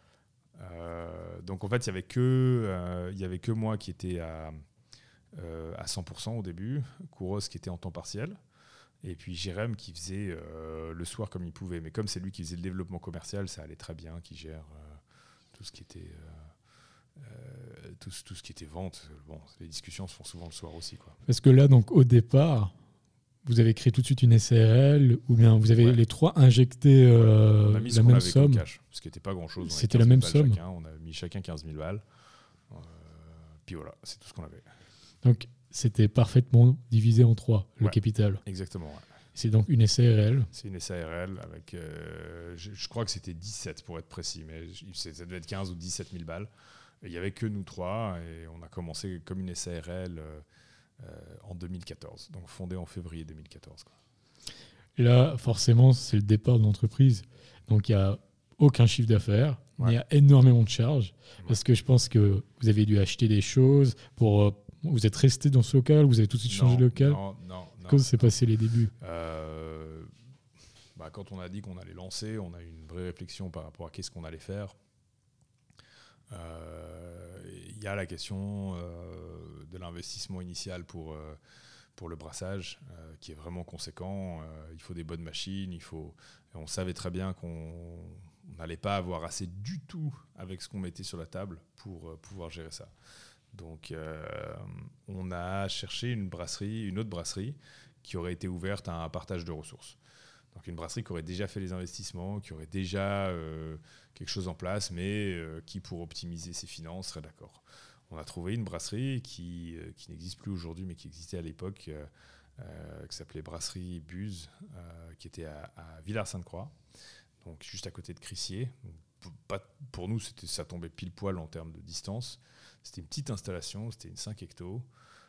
Euh, donc en fait, il y avait que, euh, il y avait que moi qui était à, euh, à cent pour cent au début, Kouros qui était en temps partiel. Et puis Jérém qui faisait euh, le soir comme il pouvait. Mais comme c'est lui qui faisait le développement commercial, ça allait très bien, qui gère euh, tout ce qui était euh, euh, tout, tout ce qui était vente. Bon, les discussions se font souvent le soir aussi, quoi. Parce que là, donc au départ, vous avez créé tout de suite une S A R L ou bien vous avez ouais. les trois injecté euh, ouais, on a mis la ce même avait somme. Comme cash, ce qui n'était pas grand-chose. C'était la même somme. Chacun. On a mis chacun quinze mille balles. Euh, puis voilà, c'est tout ce qu'on avait. Donc c'était parfaitement divisé en trois, le ouais, capital. Exactement, ouais. C'est donc une S A R L. C'est une S A R L avec, euh, je, je crois que c'était dix-sept pour être précis, mais ça devait être quinze ou dix-sept mille balles. Il n'y avait que nous trois et on a commencé comme une S A R L euh, euh, en deux mille quatorze, donc fondée en février deux mille quatorze. Quoi. Là, forcément, c'est le départ de l'entreprise. Donc il n'y a aucun chiffre d'affaires, ouais. mais il y a énormément de charges. Ouais. Parce que je pense que vous avez dû acheter des choses pour... Euh, vous êtes resté dans ce local, vous avez tout de suite changé de local. Non, non, non. Comment s'est passé les débuts? euh, bah, Quand on a dit qu'on allait lancer, on a eu une vraie réflexion par rapport à qu'est-ce qu'on allait faire. Il euh, y a la question euh, de l'investissement initial pour, euh, pour le brassage, euh, qui est vraiment conséquent. Euh, il faut des bonnes machines. Il faut... On savait très bien qu'on n'allait pas avoir assez du tout avec ce qu'on mettait sur la table pour euh, pouvoir gérer ça. Donc, euh, on a cherché une brasserie, une autre brasserie qui aurait été ouverte à un partage de ressources. Donc, une brasserie qui aurait déjà fait les investissements, qui aurait déjà euh, quelque chose en place, mais euh, qui, pour optimiser ses finances, serait d'accord. On a trouvé une brasserie qui, euh, qui n'existe plus aujourd'hui, mais qui existait à l'époque, euh, euh, qui s'appelait Brasserie Buse, euh, qui était à, à Villars-Sainte-Croix, donc juste à côté de Crissier. Donc, pas, pour nous, c'était, ça tombait pile poil en termes de distance. C'était une petite installation, c'était une cinq hectos.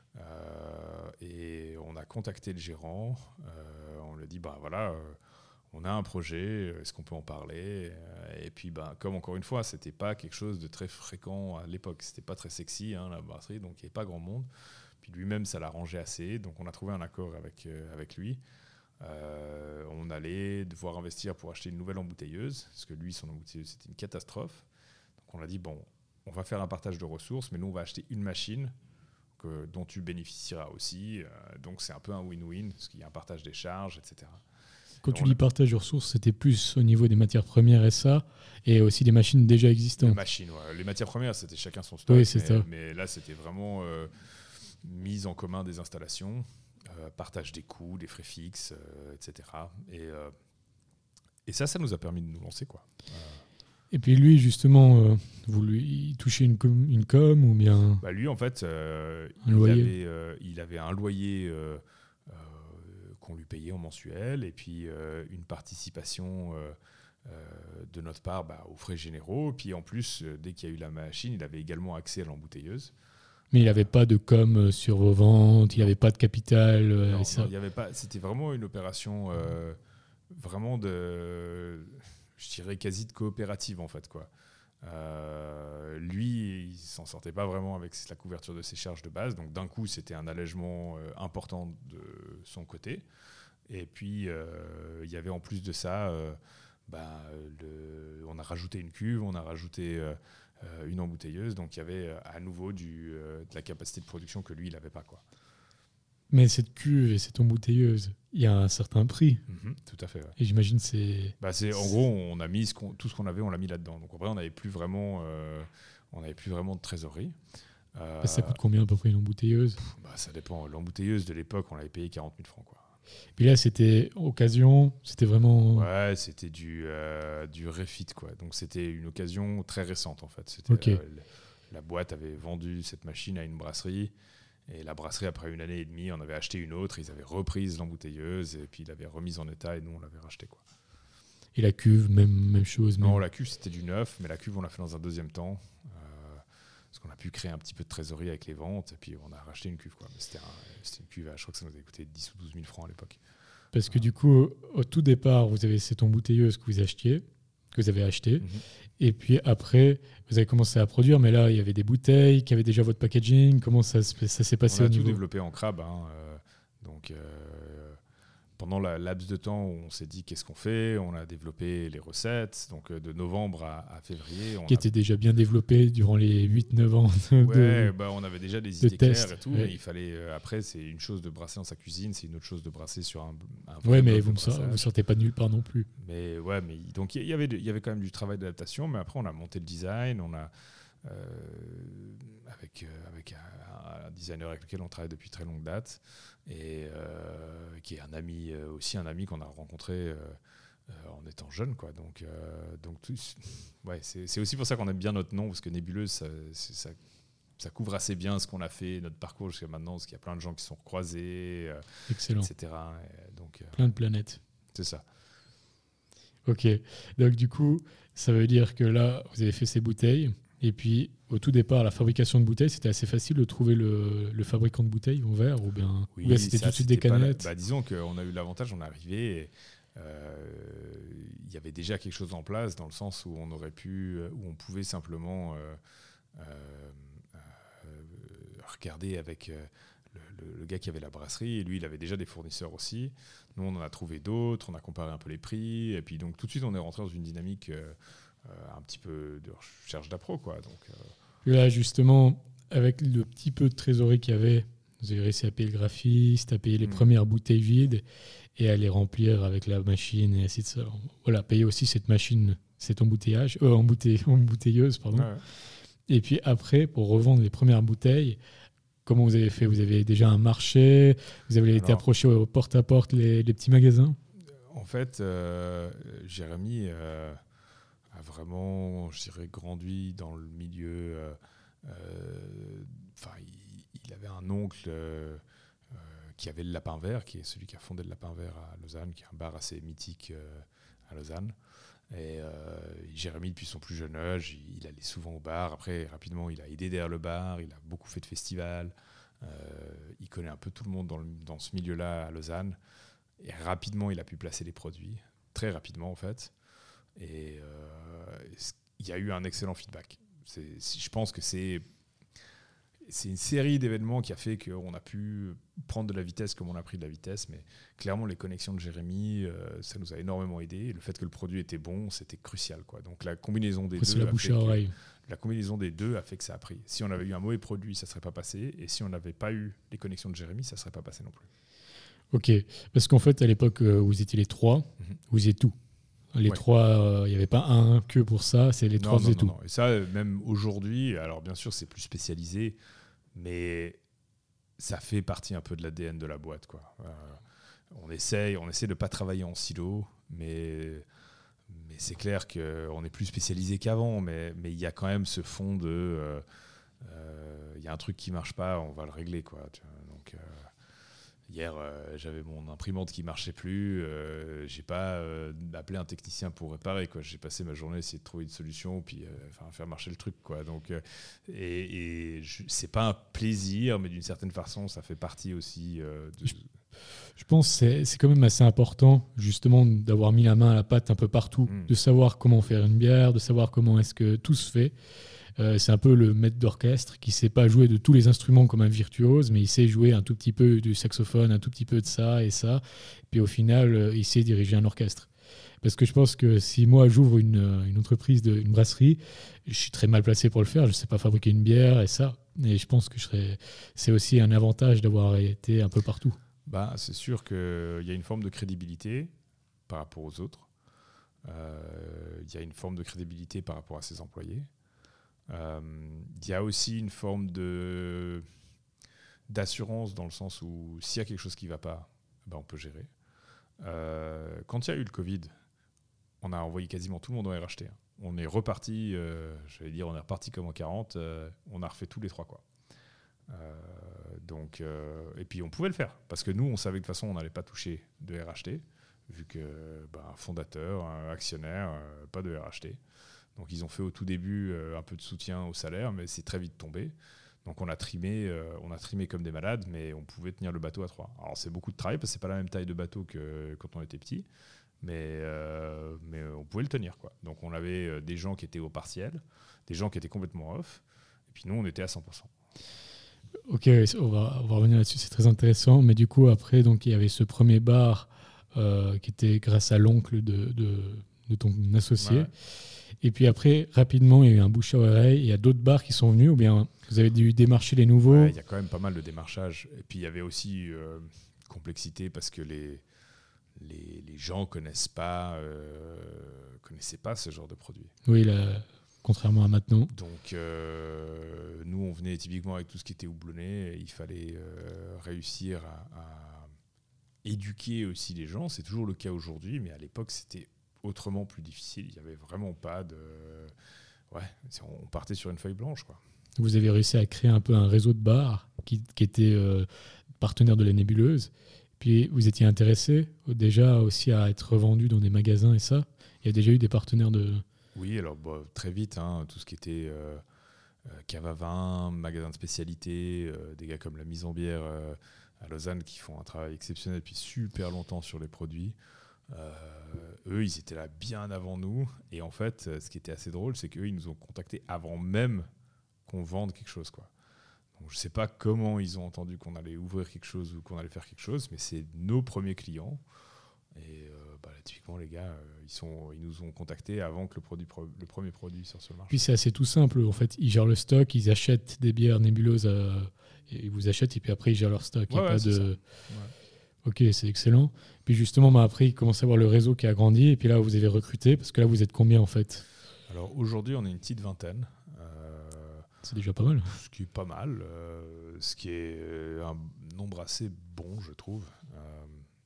Euh, et on a contacté le gérant. Euh, on lui a dit, bah, voilà, euh, on a un projet, est-ce qu'on peut en parler? Et puis, bah, comme encore une fois, ce n'était pas quelque chose de très fréquent à l'époque. Ce n'était pas très sexy, hein, la brasserie, donc il n'y avait pas grand monde. Puis lui-même, ça l'arrangeait assez. Donc on a trouvé un accord avec, euh, avec lui. Euh, on allait devoir investir pour acheter une nouvelle embouteilleuse, parce que lui, son embouteilleuse, c'était une catastrophe. Donc on a dit, bon, on va faire un partage de ressources, mais nous, on va acheter une machine que, dont tu bénéficieras aussi. Euh, donc, c'est un peu un win-win, parce qu'il y a un partage des charges, et cetera. Quand et tu dis partage de ressources, c'était plus au niveau des matières premières et ça, et aussi des machines déjà existantes. Les machines, ouais. Les matières premières, c'était chacun son stock. Oui, c'est mais, ça. mais là, c'était vraiment euh, mise en commun des installations, euh, partage des coûts, des frais fixes, euh, et cetera. Et, euh, et ça, ça nous a permis de nous lancer, quoi. Euh, Et puis lui, justement, euh, vous lui touchez une com, une com ou bien... Bah lui, en fait, euh, un il, loyer. avait, euh, il avait un loyer euh, euh, qu'on lui payait en mensuel et puis euh, une participation euh, euh, de notre part bah, aux frais généraux. Puis en plus, euh, dès qu'il y a eu la machine, il avait également accès à l'embouteilleuse. Mais il n'avait pas de com sur vos ventes, il n'avait pas de capital. Euh, non, ça. non, il y avait pas, c'était vraiment une opération euh, vraiment de... je dirais quasi de coopérative en fait, quoi. Euh, lui, il s'en sortait pas vraiment avec la couverture de ses charges de base, donc d'un coup c'était un allègement euh, important de son côté. Et puis euh, il y avait en plus de ça, euh, bah, le, on a rajouté une cuve, on a rajouté euh, une embouteilleuse, donc il y avait à nouveau du, euh, de la capacité de production que lui il n'avait pas, quoi. Mais cette cuve et cette embouteilleuse, il y a un certain prix. Mmh, tout à fait. Ouais. Et j'imagine c'est... Bah c'est en gros, on a mis ce qu'on, tout ce qu'on avait, on l'a mis là-dedans. Donc après, on n'avait plus vraiment, euh, on n'avait plus vraiment de trésorerie. Euh, bah, ça coûte combien à peu près une embouteilleuse? bah, ça dépend. L'embouteilleuse de l'époque, on l'avait payé quarante mille francs, quoi. Puis là, c'était occasion, c'était vraiment... Ouais, c'était du, euh, du refit, quoi. Donc c'était une occasion très récente, en fait. C'était, Ok. euh, la boîte avait vendu cette machine à une brasserie, et la brasserie, après une année et demie, en avait acheté une autre, ils avaient reprise l'embouteilleuse, et puis ils l'avaient remise en état, et nous, on l'avait racheté, quoi. Et la cuve, même, même chose. Non, même... la cuve, c'était du neuf, mais la cuve, on l'a fait dans un deuxième temps, euh, parce qu'on a pu créer un petit peu de trésorerie avec les ventes, et puis on a racheté une cuve, quoi. Mais c'était, un, c'était une cuve, je crois que ça nous avait coûté dix ou douze mille francs à l'époque. Parce que du coup, au tout départ, vous avez cette embouteilleuse que vous achetiez, que vous avez acheté. Mm-hmm. Et puis après, vous avez commencé à produire, mais là, il y avait des bouteilles qui avaient déjà votre packaging. Comment ça, se- ça s'est passé On a au tout niveau développé en crabe. Hein, euh, donc, euh, pendant la laps de temps où on s'est dit qu'est-ce qu'on fait, on a développé les recettes. Donc, euh, de novembre à, à février. On qui a... était déjà bien développé durant les huit neuf ans de, Ouais, de- bah, on avait déjà des de idées test, claires et tout, ouais. mais il fallait. Euh, après, c'est une chose de brasser dans sa cuisine, c'est une autre chose de brasser sur un. un vrai Ouais, mais bloc vous de ne sor- brassage. vous sortez pas de nulle part non plus. Mais ouais, mais donc il y avait, il y avait quand même du travail d'adaptation, mais après on a monté le design, on a euh, avec euh, avec un, un designer avec lequel on travaille depuis très longue date et euh, qui est un ami euh, aussi un ami qu'on a rencontré euh, euh, en étant jeune, quoi. Donc euh, donc tout, ouais, c'est, c'est aussi pour ça qu'on aime bien notre nom, parce que Nébuleuse, ça, c'est, ça ça couvre assez bien ce qu'on a fait, notre parcours jusqu'à maintenant, parce qu'il y a plein de gens qui sont croisés, euh, Excellent. et cetera. Et donc euh, Plein de planètes. c'est ça. Ok. Donc du coup, ça veut dire que là, vous avez fait ces bouteilles. Et puis, au tout départ, la fabrication de bouteilles, c'était assez facile de trouver le, le fabricant de bouteilles en verre, ou bien, Oui, ou bien c'était ça, tout de suite des c'était pas la- canettes. bah, disons qu'on a eu l'avantage, on est arrivé, et, euh, il y avait déjà quelque chose en place, dans le sens où on aurait pu, euh, où on pouvait simplement euh, euh, euh, regarder avec euh, le, le- le gars qui avait la brasserie, et lui, il avait déjà des fournisseurs aussi. Nous, on en a trouvé d'autres, on a comparé un peu les prix, et puis donc tout de suite, on est rentré dans une dynamique euh, euh, un petit peu de recherche d'appro, quoi. Donc, euh, Et là, justement, avec le petit peu de trésorerie qu'il y avait, vous avez réussi à payer le graphiste, à payer les Mm. premières bouteilles vides et à les remplir avec la machine et ainsi de suite. Voilà, payer aussi cette machine, cet embouteillage, euh, embouteille- embouteilleuse, pardon. ouais, ouais. Et puis après, pour revendre les premières bouteilles, comment vous avez fait? Vous avez déjà un marché? Vous avez été Alors, approché au porte-à-porte, les, les petits magasins? En fait, euh, Jérémy euh, a vraiment, je dirais, grandi dans le milieu. euh, euh, Enfin, il, il avait un oncle euh, euh, qui avait le Lapin Vert, qui est celui qui a fondé le Lapin Vert à Lausanne, qui est un bar assez mythique euh, à Lausanne. Et euh, Jérémy, depuis son plus jeune âge, il, il allait souvent au bar. Après, rapidement, il a aidé derrière le bar. Il a beaucoup fait de festivals. Euh, il connaît un peu tout le monde dans, le, dans ce milieu-là à Lausanne. Et rapidement, il a pu placer les produits. Très rapidement, en fait. Et euh, il y a eu un excellent feedback. C'est, je pense que c'est, c'est une série d'événements qui a fait qu'on a pu prendre de la vitesse comme on a pris de la vitesse. Mais clairement, les connexions de Jérémy, euh, ça nous a énormément aidé. Et le fait que le produit était bon, c'était crucial, quoi. Donc la combinaison des C'est deux la a bouche fait à que- oreille. la combinaison des deux a fait que ça a pris. Si on avait eu un mauvais produit, ça ne serait pas passé. Et si on n'avait pas eu les connexions de Jérémy, ça ne serait pas passé non plus. Ok, parce qu'en fait, à l'époque euh, où vous étiez les trois, Mhm. vous faisiez tout. Les Ouais. trois, il n'y avait pas un que pour ça, c'est les Non, trois non, faisaient non, tout. non. Et ça, euh, même aujourd'hui, alors bien sûr, c'est plus spécialisé, mais ça fait partie un peu de l'A D N de la boîte, quoi. Euh, on essaye, on essaie de ne pas travailler en silo, mais, mais c'est clair qu'on est plus spécialisé qu'avant, mais mais il y a quand même ce fond de... euh, euh, il y a un truc qui ne marche pas, on va le régler, quoi. Tu vois. Donc... euh, Hier, euh, j'avais mon imprimante qui ne marchait plus. Euh, j'ai pas euh, appelé un technicien pour réparer, quoi. J'ai passé ma journée à essayer de trouver une solution, puis euh, enfin, faire marcher le truc, quoi. Donc, euh, et, et je, c'est pas un plaisir, mais d'une certaine façon, ça fait partie aussi euh, de. Je, je pense que c'est, c'est quand même assez important, justement, d'avoir mis la main à la pâte un peu partout, Mm. de savoir comment faire une bière, de savoir comment est-ce que tout se fait. Euh, c'est un peu le maître d'orchestre qui ne sait pas jouer de tous les instruments comme un virtuose, mais il sait jouer un tout petit peu du saxophone, un tout petit peu de ça et ça. Puis au final, euh, il sait diriger un orchestre. Parce que je pense que si moi j'ouvre une, une entreprise, de, une brasserie, je suis très mal placé pour le faire. Je ne sais pas fabriquer une bière et ça. Et je pense que je serais... c'est aussi un avantage d'avoir été un peu partout. Bah, c'est sûr qu'il y a une forme de crédibilité par rapport aux autres. Euh, Il y a une forme de crédibilité par rapport à ses employés. Il euh, y a aussi une forme de, d'assurance dans le sens où s'il y a quelque chose qui ne va pas, ben, on peut gérer. Euh, quand il y a eu le Covid, on a envoyé quasiment tout le monde en R H T. Hein. On est reparti, euh, j'allais dire, on est reparti comme en quarante, euh, on a refait tous les trois, quoi. Euh, donc, euh, et puis on pouvait le faire, parce que nous, on savait que de toute façon, on n'allait pas toucher de R H T, vu que ben, fondateur, un actionnaire, euh, pas de R H T. Donc ils ont fait au tout début euh, un peu de soutien au salaire, mais c'est très vite tombé. Donc on a trimé, euh, on a trimé comme des malades, mais on pouvait tenir le bateau à trois. Alors c'est beaucoup de travail, parce que c'est pas la même taille de bateau que quand on était petit, mais, euh, mais on pouvait le tenir, quoi. Donc on avait des gens qui étaient au partiel, des gens qui étaient complètement off, et puis nous on était à cent pour cent. Ok, on va, on va revenir là-dessus, c'est très intéressant. Mais du coup, après, donc, il y avait ce premier bar euh, qui était grâce à l'oncle de, de, de ton associé. Ouais. Et puis après, rapidement, il y a eu un bouche à oreille. Il y a d'autres bars qui sont venus, ou bien vous avez dû démarcher les nouveaux? Ouais, il y a quand même pas mal de démarchage. Et puis il y avait aussi euh, complexité parce que les, les, les gens connaissent pas, euh, connaissaient pas ce genre de produit. Oui, là, contrairement à maintenant. Donc euh, nous, on venait typiquement avec tout ce qui était houblonné. Il fallait euh, réussir à, à éduquer aussi les gens. C'est toujours le cas aujourd'hui, mais à l'époque, c'était autrement plus difficile. Il n'y avait vraiment pas de... Ouais, on partait sur une feuille blanche, quoi. Vous avez réussi à créer un peu un réseau de bars qui, qui était euh, partenaire de la nébuleuse. Puis vous étiez intéressé déjà aussi à être revendu dans des magasins et ça. Il y a déjà eu des partenaires de... Oui, alors bah, très vite, hein, tout ce qui était euh, euh, cave à vin, magasin de spécialité, euh, des gars comme la Mise en Bière euh, à Lausanne qui font un travail exceptionnel depuis super longtemps sur les produits. Euh, eux, ils étaient là bien avant nous. Et en fait, ce qui était assez drôle, c'est qu'eux, ils nous ont contactés avant même qu'on vende quelque chose, quoi. Donc, je ne sais pas comment ils ont entendu qu'on allait ouvrir quelque chose ou qu'on allait faire quelque chose, mais c'est nos premiers clients. Et euh, bah, là, typiquement, les gars, euh, ils, sont, ils nous ont contactés avant que le, produit, le premier produit sorte sur le marché. Puis c'est assez tout simple. En fait, ils gèrent le stock, ils achètent des bières nébuleuses, à... et ils vous achètent, et puis après, ils gèrent leur stock. Il Ouais, y a ouais, pas c'est de... ça. Ouais. Ok, c'est excellent. Puis justement, bah, après, il commence à avoir le réseau qui a grandi, et puis là, vous avez recruté, parce que là, vous êtes combien en fait? Alors aujourd'hui, on est une petite vingtaine. Euh, c'est déjà pas mal. Ce qui est pas mal, euh, ce qui est un nombre assez bon, je trouve. Euh,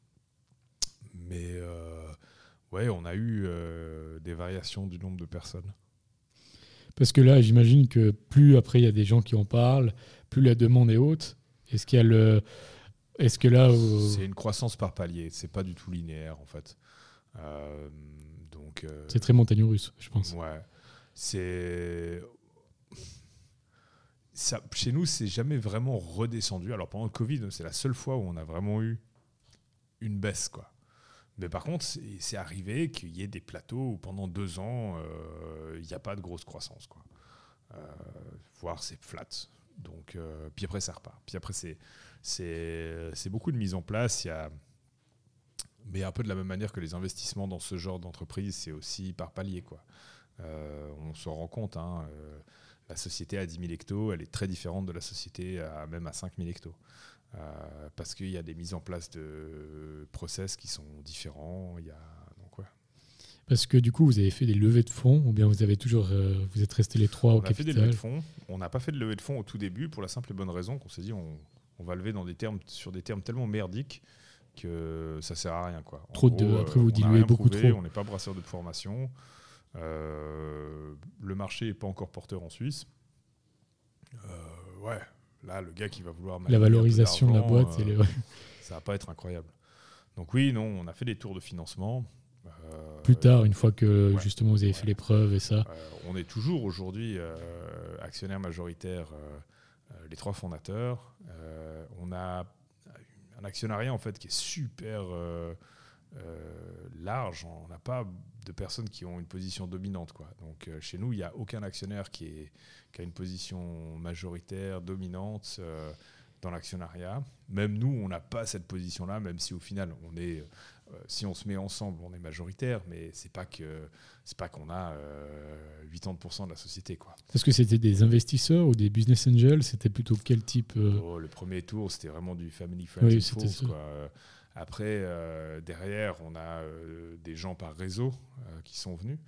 mais euh, ouais, on a eu euh, des variations du nombre de personnes. Parce que là, j'imagine que plus après, il y a des gens qui en parlent, plus la demande est haute. Est-ce qu'il y a le... Est-ce que là... Euh... C'est une croissance par palier, c'est pas du tout linéaire en fait. Euh, donc, euh, c'est très montagne russe, je pense. Ouais. C'est... Ça, chez nous, c'est jamais vraiment redescendu. Alors pendant le Covid, c'est la seule fois où on a vraiment eu une baisse, quoi. Mais par contre, c'est, c'est arrivé qu'il y ait des plateaux où pendant deux ans, il euh, n'y a pas de grosse croissance, quoi. Euh, voire c'est flat. Donc, euh, puis après, ça repart. Puis après, c'est, c'est, c'est beaucoup de mise en place. Il y a... Mais un peu de la même manière que les investissements dans ce genre d'entreprise, c'est aussi par palier, quoi. Euh, on s'en rend compte, hein, euh, la société à dix mille hectos, elle est très différente de la société à, même à cinq mille hectos. Euh, parce qu'il y a des mises en place de process qui sont différents. Il y a... Donc, ouais. Parce que du coup, vous avez fait des levées de fonds, ou bien vous avez toujours, euh, vous êtes restés les trois on au a capital? fait des levées de fonds. On n'a pas fait de levée de fonds au tout début pour la simple et bonne raison qu'on s'est dit on, on va lever dans des termes, sur des termes tellement merdiques que ça sert à rien, quoi. En trop gros, de, après, vous on diluez beaucoup prouvé, trop. On n'est pas brasseur de formation. Euh, le marché n'est pas encore porteur en Suisse. Euh, ouais, là, le gars qui va vouloir... La valorisation de, de la boîte, euh, les... ça va pas être incroyable. Donc oui, non, on a fait des tours de financement. Euh, Plus tard, une fois que ouais, justement vous avez ouais. fait les preuves et ça. Euh, on est toujours aujourd'hui euh, actionnaire majoritaire, euh, euh, les trois fondateurs. Euh, on a un actionnariat en fait qui est super euh, euh, large. On n'a pas de personnes qui ont une position dominante, quoi. Donc euh, chez nous, il n'y a aucun actionnaire qui, est, qui a une position majoritaire, dominante euh, dans l'actionnariat. Même nous, on n'a pas cette position-là, même si au final, on est, euh, si on se met ensemble, on est majoritaire, mais c'est pas que c'est pas qu'on a euh, quatre-vingt-dix pour cent de la société, quoi. Est-ce que c'était des investisseurs ou des business angels? C'était plutôt quel type euh... oh, Le premier tour, c'était vraiment du family friends oui, and fools, quoi. Après, euh, derrière, on a euh, des gens par réseau euh, qui sont venus.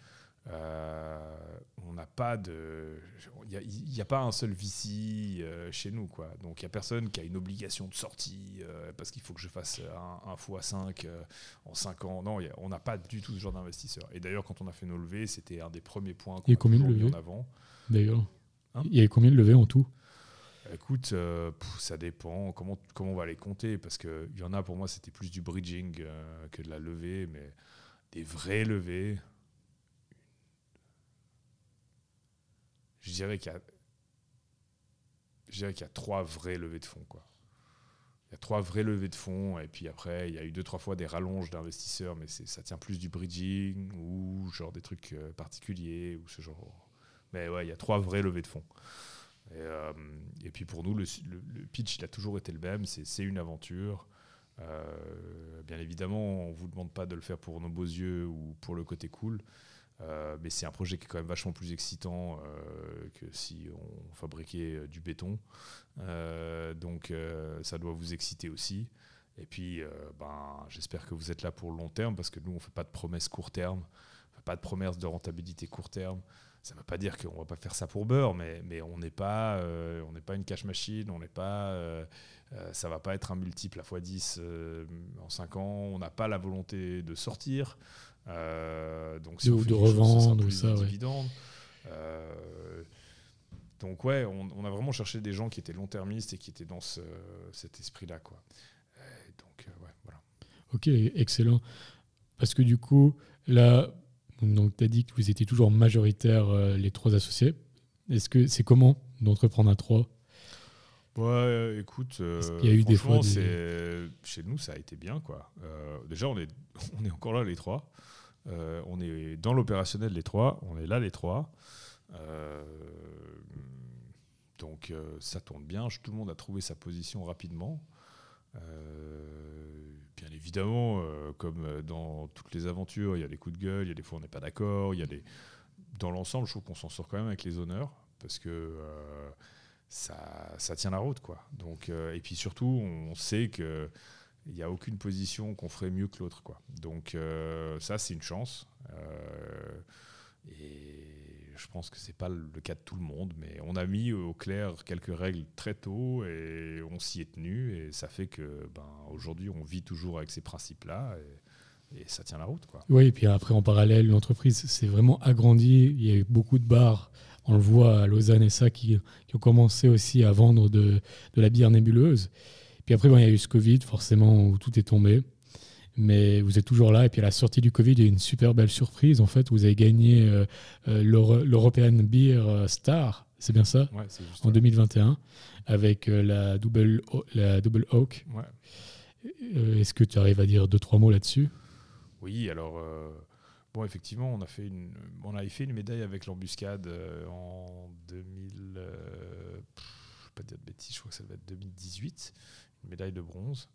Euh, on n'a pas de, il n'y a, a pas un seul V C euh, chez nous, quoi. Donc il y a personne qui a une obligation de sortie euh, parce qu'il faut que je fasse un, un fois cinq euh, en cinq ans. Non, y a, on n'a pas du tout ce genre d'investisseur. Et d'ailleurs, quand on a fait nos levées, c'était un des premiers points qu'on a combien toujours de mis levées en avant. D'ailleurs, hein il y avait combien de levées en tout? Écoute, euh, pff, ça dépend comment, comment on va les compter, parce qu'il y en a, pour moi, c'était plus du bridging euh, que de la levée, mais des vraies levées, je dirais qu'il y a, je dirais qu'il y a trois vraies levées de fonds, quoi. Il y a trois vraies levées de fonds, et puis après, il y a eu deux, trois fois des rallonges d'investisseurs, mais c'est, ça tient plus du bridging, ou genre des trucs euh, particuliers, ou ce genre. Mais ouais, il y a trois vraies levées de fonds. Et, euh, et puis pour nous, le, le, le pitch, il a toujours été le même, c'est, c'est une aventure. Euh, bien évidemment, on ne vous demande pas de le faire pour nos beaux yeux ou pour le côté cool, euh, mais c'est un projet qui est quand même vachement plus excitant euh, que si on fabriquait du béton. Euh, donc euh, ça doit vous exciter aussi. Et puis, euh, ben, j'espère que vous êtes là pour le long terme, parce que nous, on ne fait pas de promesses court terme, on ne fait pas de promesses de rentabilité court terme. Ça ne veut pas dire qu'on ne va pas faire ça pour beurre, mais, mais on n'est pas, euh, on n'est pas une cash machine, on n'est pas, euh, euh, ça ne va pas être un multiple à fois dix euh, en cinq ans, on n'a pas la volonté de sortir, euh, donc si de, on fait de revendre ou ça, ouais. dividendes. Euh, donc ouais, on, on a vraiment cherché des gens qui étaient long-termistes et qui étaient dans ce, cet esprit-là, quoi. Et donc euh, ouais, voilà. Ok, excellent. Parce que du coup, là... Donc, tu as dit que vous étiez toujours majoritaire, euh, les trois associés. Est-ce que c'est comment d'entreprendre à trois? Ouais, écoute, euh, il y a eu des fois des... c'est... chez nous, ça a été bien, quoi. Euh, déjà, on est, on est encore là, les trois. Euh, on est dans l'opérationnel, les trois. On est là, les trois. Euh, donc, euh, ça tourne bien. Tout le monde a trouvé sa position rapidement. Euh, bien évidemment, euh, comme dans toutes les aventures, il y a des coups de gueule, il y a des fois on n'est pas d'accord, il y a des... Dans l'ensemble, je trouve qu'on s'en sort quand même avec les honneurs, parce que euh, ça, ça tient la route, quoi. Donc, euh, et puis surtout, on sait qu'il n'y a aucune position qu'on ferait mieux que l'autre, quoi. Donc euh, ça, c'est une chance. Euh, et je pense que ce n'est pas le cas de tout le monde, mais on a mis au clair quelques règles très tôt et on s'y est tenu, et ça fait que ben, aujourd'hui on vit toujours avec ces principes-là et, et ça tient la route, quoi. Oui, et puis après en parallèle, l'entreprise s'est vraiment agrandie. Il y a eu beaucoup de bars, on le voit à Lausanne et ça, qui, qui ont commencé aussi à vendre de, de la bière nébuleuse. Puis après, ben, il y a eu ce Covid, forcément, où tout est tombé. Mais vous êtes toujours là. Et puis à la sortie du Covid, il y a eu une super belle surprise. En fait, vous avez gagné euh, euh, l'Euro- l'European Beer Star, c'est bien ça? Ouais, c'est juste en deux mille vingt et un, avec euh, la, double, la Double Oak. Ouais. Euh, est-ce que tu arrives à dire deux, trois mots là-dessus? Oui, alors, euh, bon, effectivement, on, a fait une, on avait fait une médaille avec l'embuscade euh, en deux mille... Euh, pff, je ne vais pas dire de bêtises, je crois que ça devait être deux mille dix-huit, une médaille de bronze.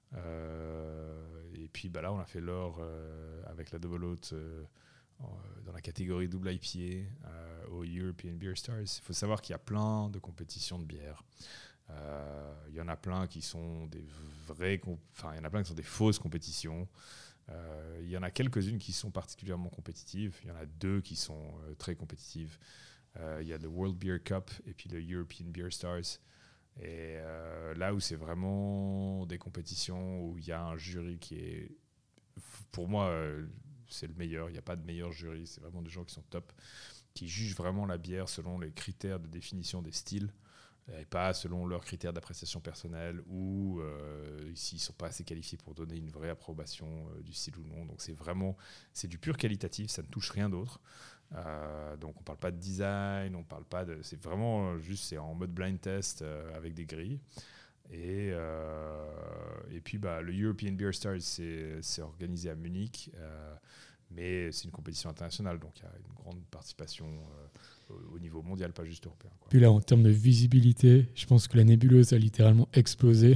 Euh, et puis bah là on a fait l'or euh, avec la Double Oat euh, dans la catégorie double I P A euh, au European Beer Stars. Il faut savoir qu'il y a plein de compétitions de bière. Euh, il y en a plein qui sont des vraies comp- enfin il y en a plein qui sont des fausses compétitions. Euh, il y en a quelques-unes qui sont particulièrement compétitives. Il y en a deux qui sont euh, très compétitives. Euh, il y a le World Beer Cup et puis le European Beer Stars. Et euh, là où c'est vraiment des compétitions où il y a un jury qui est, pour moi, euh, c'est le meilleur. Il n'y a pas de meilleur jury. C'est vraiment des gens qui sont top, qui jugent vraiment la bière selon les critères de définition des styles et pas selon leurs critères d'appréciation personnelle ou euh, s'ils ne sont pas assez qualifiés pour donner une vraie approbation euh, du style ou non. Donc c'est vraiment, c'est du pur qualitatif. Ça ne touche rien d'autre. Euh, donc on parle pas de design, on parle pas de, c'est vraiment juste, c'est en mode blind test euh, avec des grilles. Et euh, et puis bah le European Beer Stars c'est, c'est organisé à Munich, euh, mais c'est une compétition internationale, donc il y a une grande participation euh, au, au niveau mondial, pas juste européen, quoi. Puis là, en termes de visibilité, je pense que la nébuleuse a littéralement explosé.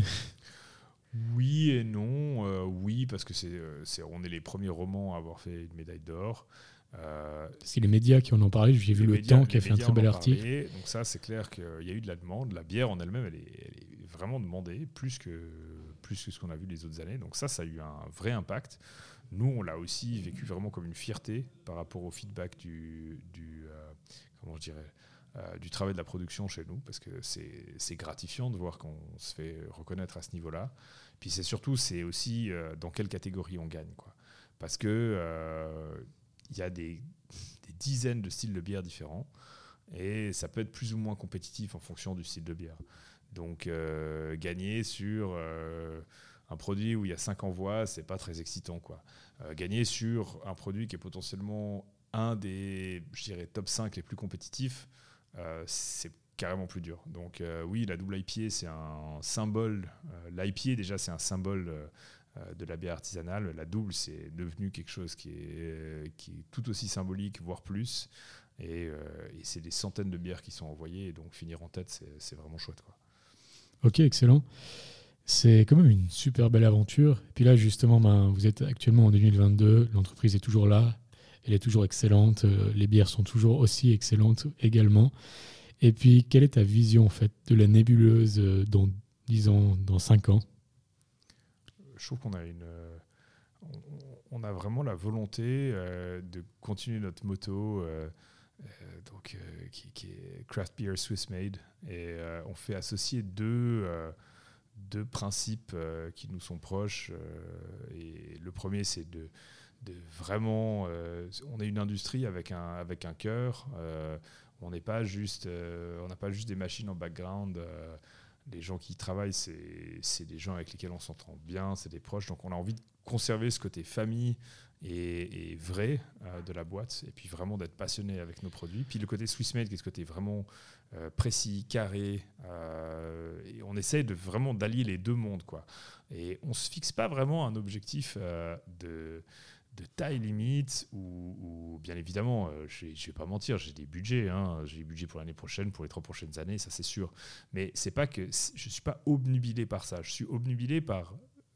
Oui et non. Euh, oui, parce que c'est, c'est, on est les premiers romans à avoir fait une médaille d'or. Euh, c'est les médias qui en ont parlé. J'ai vu le médias, Temps qui a fait un très bel article. Parlé, donc ça, c'est clair qu'il y a eu de la demande. La bière en elle-même, elle est, elle est vraiment demandée, plus que, plus que ce qu'on a vu les autres années. Donc ça, ça a eu un vrai impact. Nous, on l'a aussi vécu vraiment comme une fierté par rapport au feedback du, du, euh, comment je dirais, euh, du travail de la production chez nous, parce que c'est, c'est gratifiant de voir qu'on se fait reconnaître à ce niveau-là. Puis c'est surtout, c'est aussi euh, dans quelle catégorie on gagne, quoi. Parce que euh, y a des, des dizaines de styles de bière différents et ça peut être plus ou moins compétitif en fonction du style de bière. Donc euh, gagner sur euh, un produit où il y a cinq envois, c'est pas très excitant, quoi. Euh, gagner sur un produit qui est potentiellement un des, je dirais, top cinq les plus compétitifs, euh, c'est carrément plus dur. Donc euh, oui, la double I P A, c'est un symbole. Euh, L'I P A, déjà, c'est un symbole euh, de la bière artisanale. La double, c'est devenu quelque chose qui est, qui est tout aussi symbolique, voire plus. Et, euh, et c'est des centaines de bières qui sont envoyées. Et donc finir en tête, c'est, c'est vraiment chouette, quoi. Ok, excellent. C'est quand même une super belle aventure. Et puis là, justement, ben, vous êtes actuellement en deux mille vingt-deux. L'entreprise est toujours là. Elle est toujours excellente. Euh, les bières sont toujours aussi excellentes également. Et puis, quelle est ta vision en fait, de la nébuleuse euh, dans, disons, dans cinq ans ? Je trouve qu'on a une, euh, on, on a vraiment la volonté euh, de continuer notre motto, euh, euh, donc euh, qui, qui est Craft Beer Swiss Made, et euh, on fait associer deux, euh, deux principes euh, qui nous sont proches. Euh, et le premier, c'est de, de vraiment, euh, on est une industrie avec un avec un cœur. Euh, on n'est pas juste, euh, on n'a pas juste des machines en background. Euh, Les gens qui y travaillent, c'est, c'est des gens avec lesquels on s'entend bien, c'est des proches. Donc on a envie de conserver ce côté famille et, et vrai euh, de la boîte, et puis vraiment d'être passionné avec nos produits. Puis le côté Swiss Made, qui est ce côté vraiment euh, précis, carré. Euh, et on essaye de vraiment d'allier les deux mondes, quoi. Et on ne se fixe pas vraiment un objectif euh, de... de taille limite, ou, ou bien évidemment, euh, je ne vais pas mentir, j'ai des budgets, hein, j'ai des budgets pour l'année prochaine, pour les trois prochaines années, ça c'est sûr. Mais c'est pas que je ne suis pas obnubilé par ça, je suis obnubilé par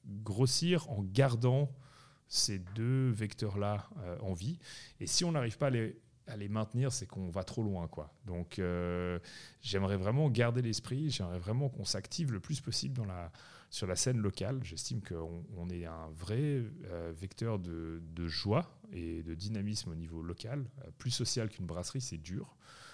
grossir en gardant ces deux vecteurs-là euh, en vie. Et si on n'arrive pas à les, à les maintenir, c'est qu'on va trop loin, quoi. Donc euh, j'aimerais vraiment garder l'esprit, j'aimerais vraiment qu'on s'active le plus possible dans la... sur la scène locale. J'estime qu'on on est un vrai euh, vecteur de, de joie et de dynamisme au niveau local. Euh, plus social qu'une brasserie, c'est dur.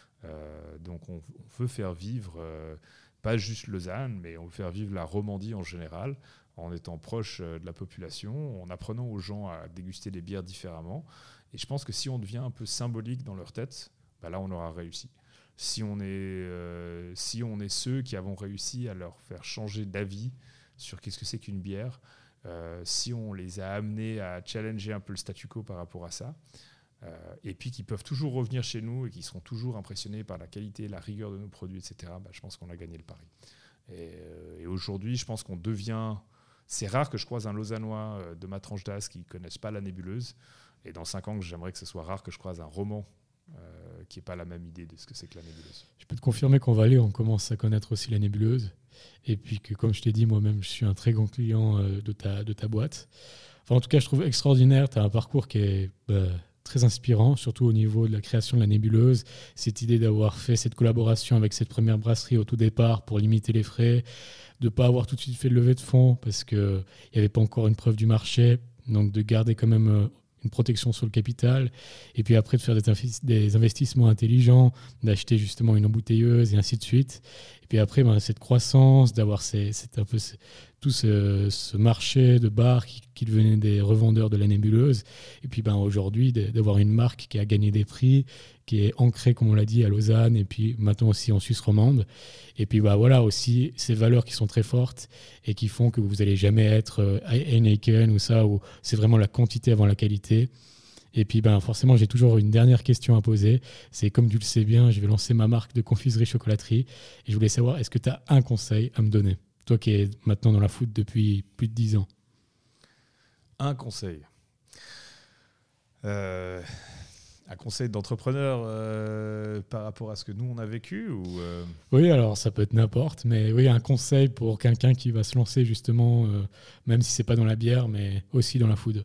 Euh, donc on, on veut faire vivre, euh, pas juste Lausanne, mais on veut faire vivre la Romandie en général, en étant proche euh, de la population, en apprenant aux gens à déguster les bières différemment. Et je pense que si on devient un peu symbolique dans leur tête, bah là on aura réussi. Si on est, euh, si on est ceux qui avons réussi à leur faire changer d'avis sur qu'est-ce que c'est qu'une bière, euh, si on les a amenés à challenger un peu le statu quo par rapport à ça, euh, et puis qu'ils peuvent toujours revenir chez nous et qu'ils seront toujours impressionnés par la qualité, la rigueur de nos produits, et cetera, bah, je pense qu'on a gagné le pari. Et, euh, et aujourd'hui, je pense qu'on devient... C'est rare que je croise un Lausannois euh, de ma tranche d'âge qui ne connaisse pas la nébuleuse, et dans cinq ans, j'aimerais que ce soit rare que je croise un roman euh, qui n'ait pas la même idée de ce que c'est que la nébuleuse. Je peux te confirmer qu'en Valais, on commence à connaître aussi la nébuleuse. Et puis que, comme je t'ai dit, moi-même, je suis un très grand client euh, de, ta, de ta boîte. Enfin, en tout cas, je trouve extraordinaire. Tu as un parcours qui est bah, très inspirant, surtout au niveau de la création de la nébuleuse. Cette idée d'avoir fait cette collaboration avec cette première brasserie au tout départ pour limiter les frais, de ne pas avoir tout de suite fait de levée de fonds parce qu'il n'y avait pas encore une preuve du marché. Donc, de garder quand même... Euh, une protection sur le capital, et puis après de faire des, inv- des investissements intelligents, d'acheter justement une embouteilleuse et ainsi de suite. Et puis après, ben, cette croissance, d'avoir ces, c'est un peu ce, tout ce, ce marché de bars qui, qui devenaient des revendeurs de la nébuleuse. Et puis ben, aujourd'hui, d'avoir une marque qui a gagné des prix, qui est ancrée, comme on l'a dit, à Lausanne, et puis maintenant aussi en Suisse romande. Et puis bah, voilà aussi ces valeurs qui sont très fortes et qui font que vous n'allez jamais être euh, Heineken ou ça, où c'est vraiment la quantité avant la qualité. Et puis ben, forcément, j'ai toujours une dernière question à poser. C'est comme tu le sais bien, je vais lancer ma marque de confiserie chocolaterie. Et je voulais savoir, est-ce que tu as un conseil à me donner ? Toi qui es maintenant dans la food depuis plus de dix ans. Un conseil. Euh... Un conseil d'entrepreneur euh, par rapport à ce que nous, on a vécu ou euh... Oui, alors ça peut être n'importe, mais oui, un conseil pour quelqu'un qui va se lancer justement, euh, même si c'est pas dans la bière, mais aussi dans la food.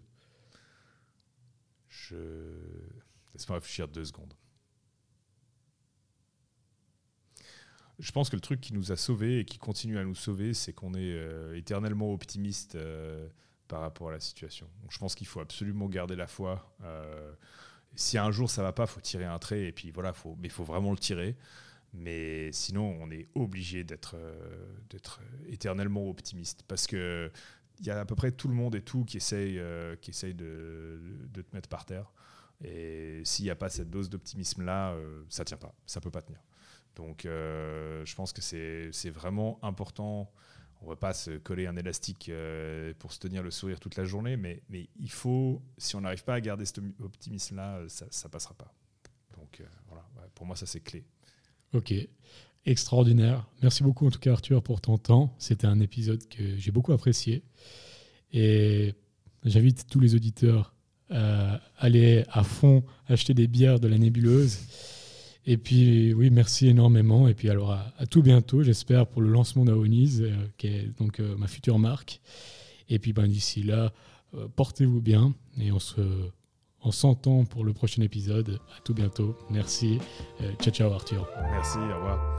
Je... Laisse-moi réfléchir deux secondes. je pense que le truc qui nous a sauvés et qui continue à nous sauver, c'est qu'on est euh, éternellement optimiste euh, par rapport à la situation. Donc, je pense qu'il faut absolument garder la foi. Euh, si un jour ça va pas, il faut tirer un trait et puis voilà, faut, mais il faut vraiment le tirer. Mais sinon, on est obligé d'être, euh, d'être éternellement optimiste parce que il y a à peu près tout le monde et tout qui essaye, euh, qui essaye de, de te mettre par terre. Et s'il n'y a pas cette dose d'optimisme-là, euh, ça ne tient pas, ça ne peut pas tenir. Donc euh, je pense que c'est, c'est vraiment important. On ne va pas se coller un élastique euh, pour se tenir le sourire toute la journée, mais, mais il faut, si on n'arrive pas à garder cet optimisme-là, ça ne passera pas. Donc euh, voilà, pour moi, ça c'est clé. Ok, extraordinaire. Merci beaucoup en tout cas Arthur pour ton temps. C'était un épisode que j'ai beaucoup apprécié. Et j'invite tous les auditeurs à aller à fond acheter des bières de la nébuleuse. Et puis oui, merci énormément. Et puis alors à, à tout bientôt, j'espère, pour le lancement d'Aonies, euh, qui est donc euh, ma future marque. Et puis ben, d'ici là, euh, portez-vous bien et on se, on s'entend pour le prochain épisode. À tout bientôt. Merci. Euh, ciao ciao Arthur. Merci, au revoir.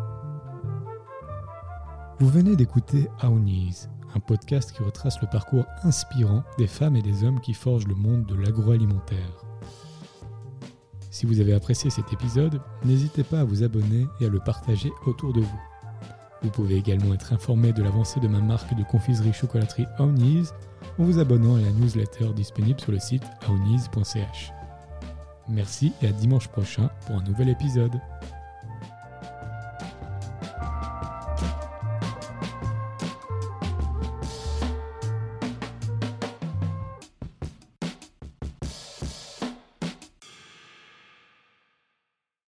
Vous venez d'écouter Aonies, un podcast qui retrace le parcours inspirant des femmes et des hommes qui forgent le monde de l'agroalimentaire. Si vous avez apprécié cet épisode, n'hésitez pas à vous abonner et à le partager autour de vous. Vous pouvez également être informé de l'avancée de ma marque de confiserie-chocolaterie Aonies en vous abonnant à la newsletter disponible sur le site aonies point c h. Merci et à dimanche prochain pour un nouvel épisode.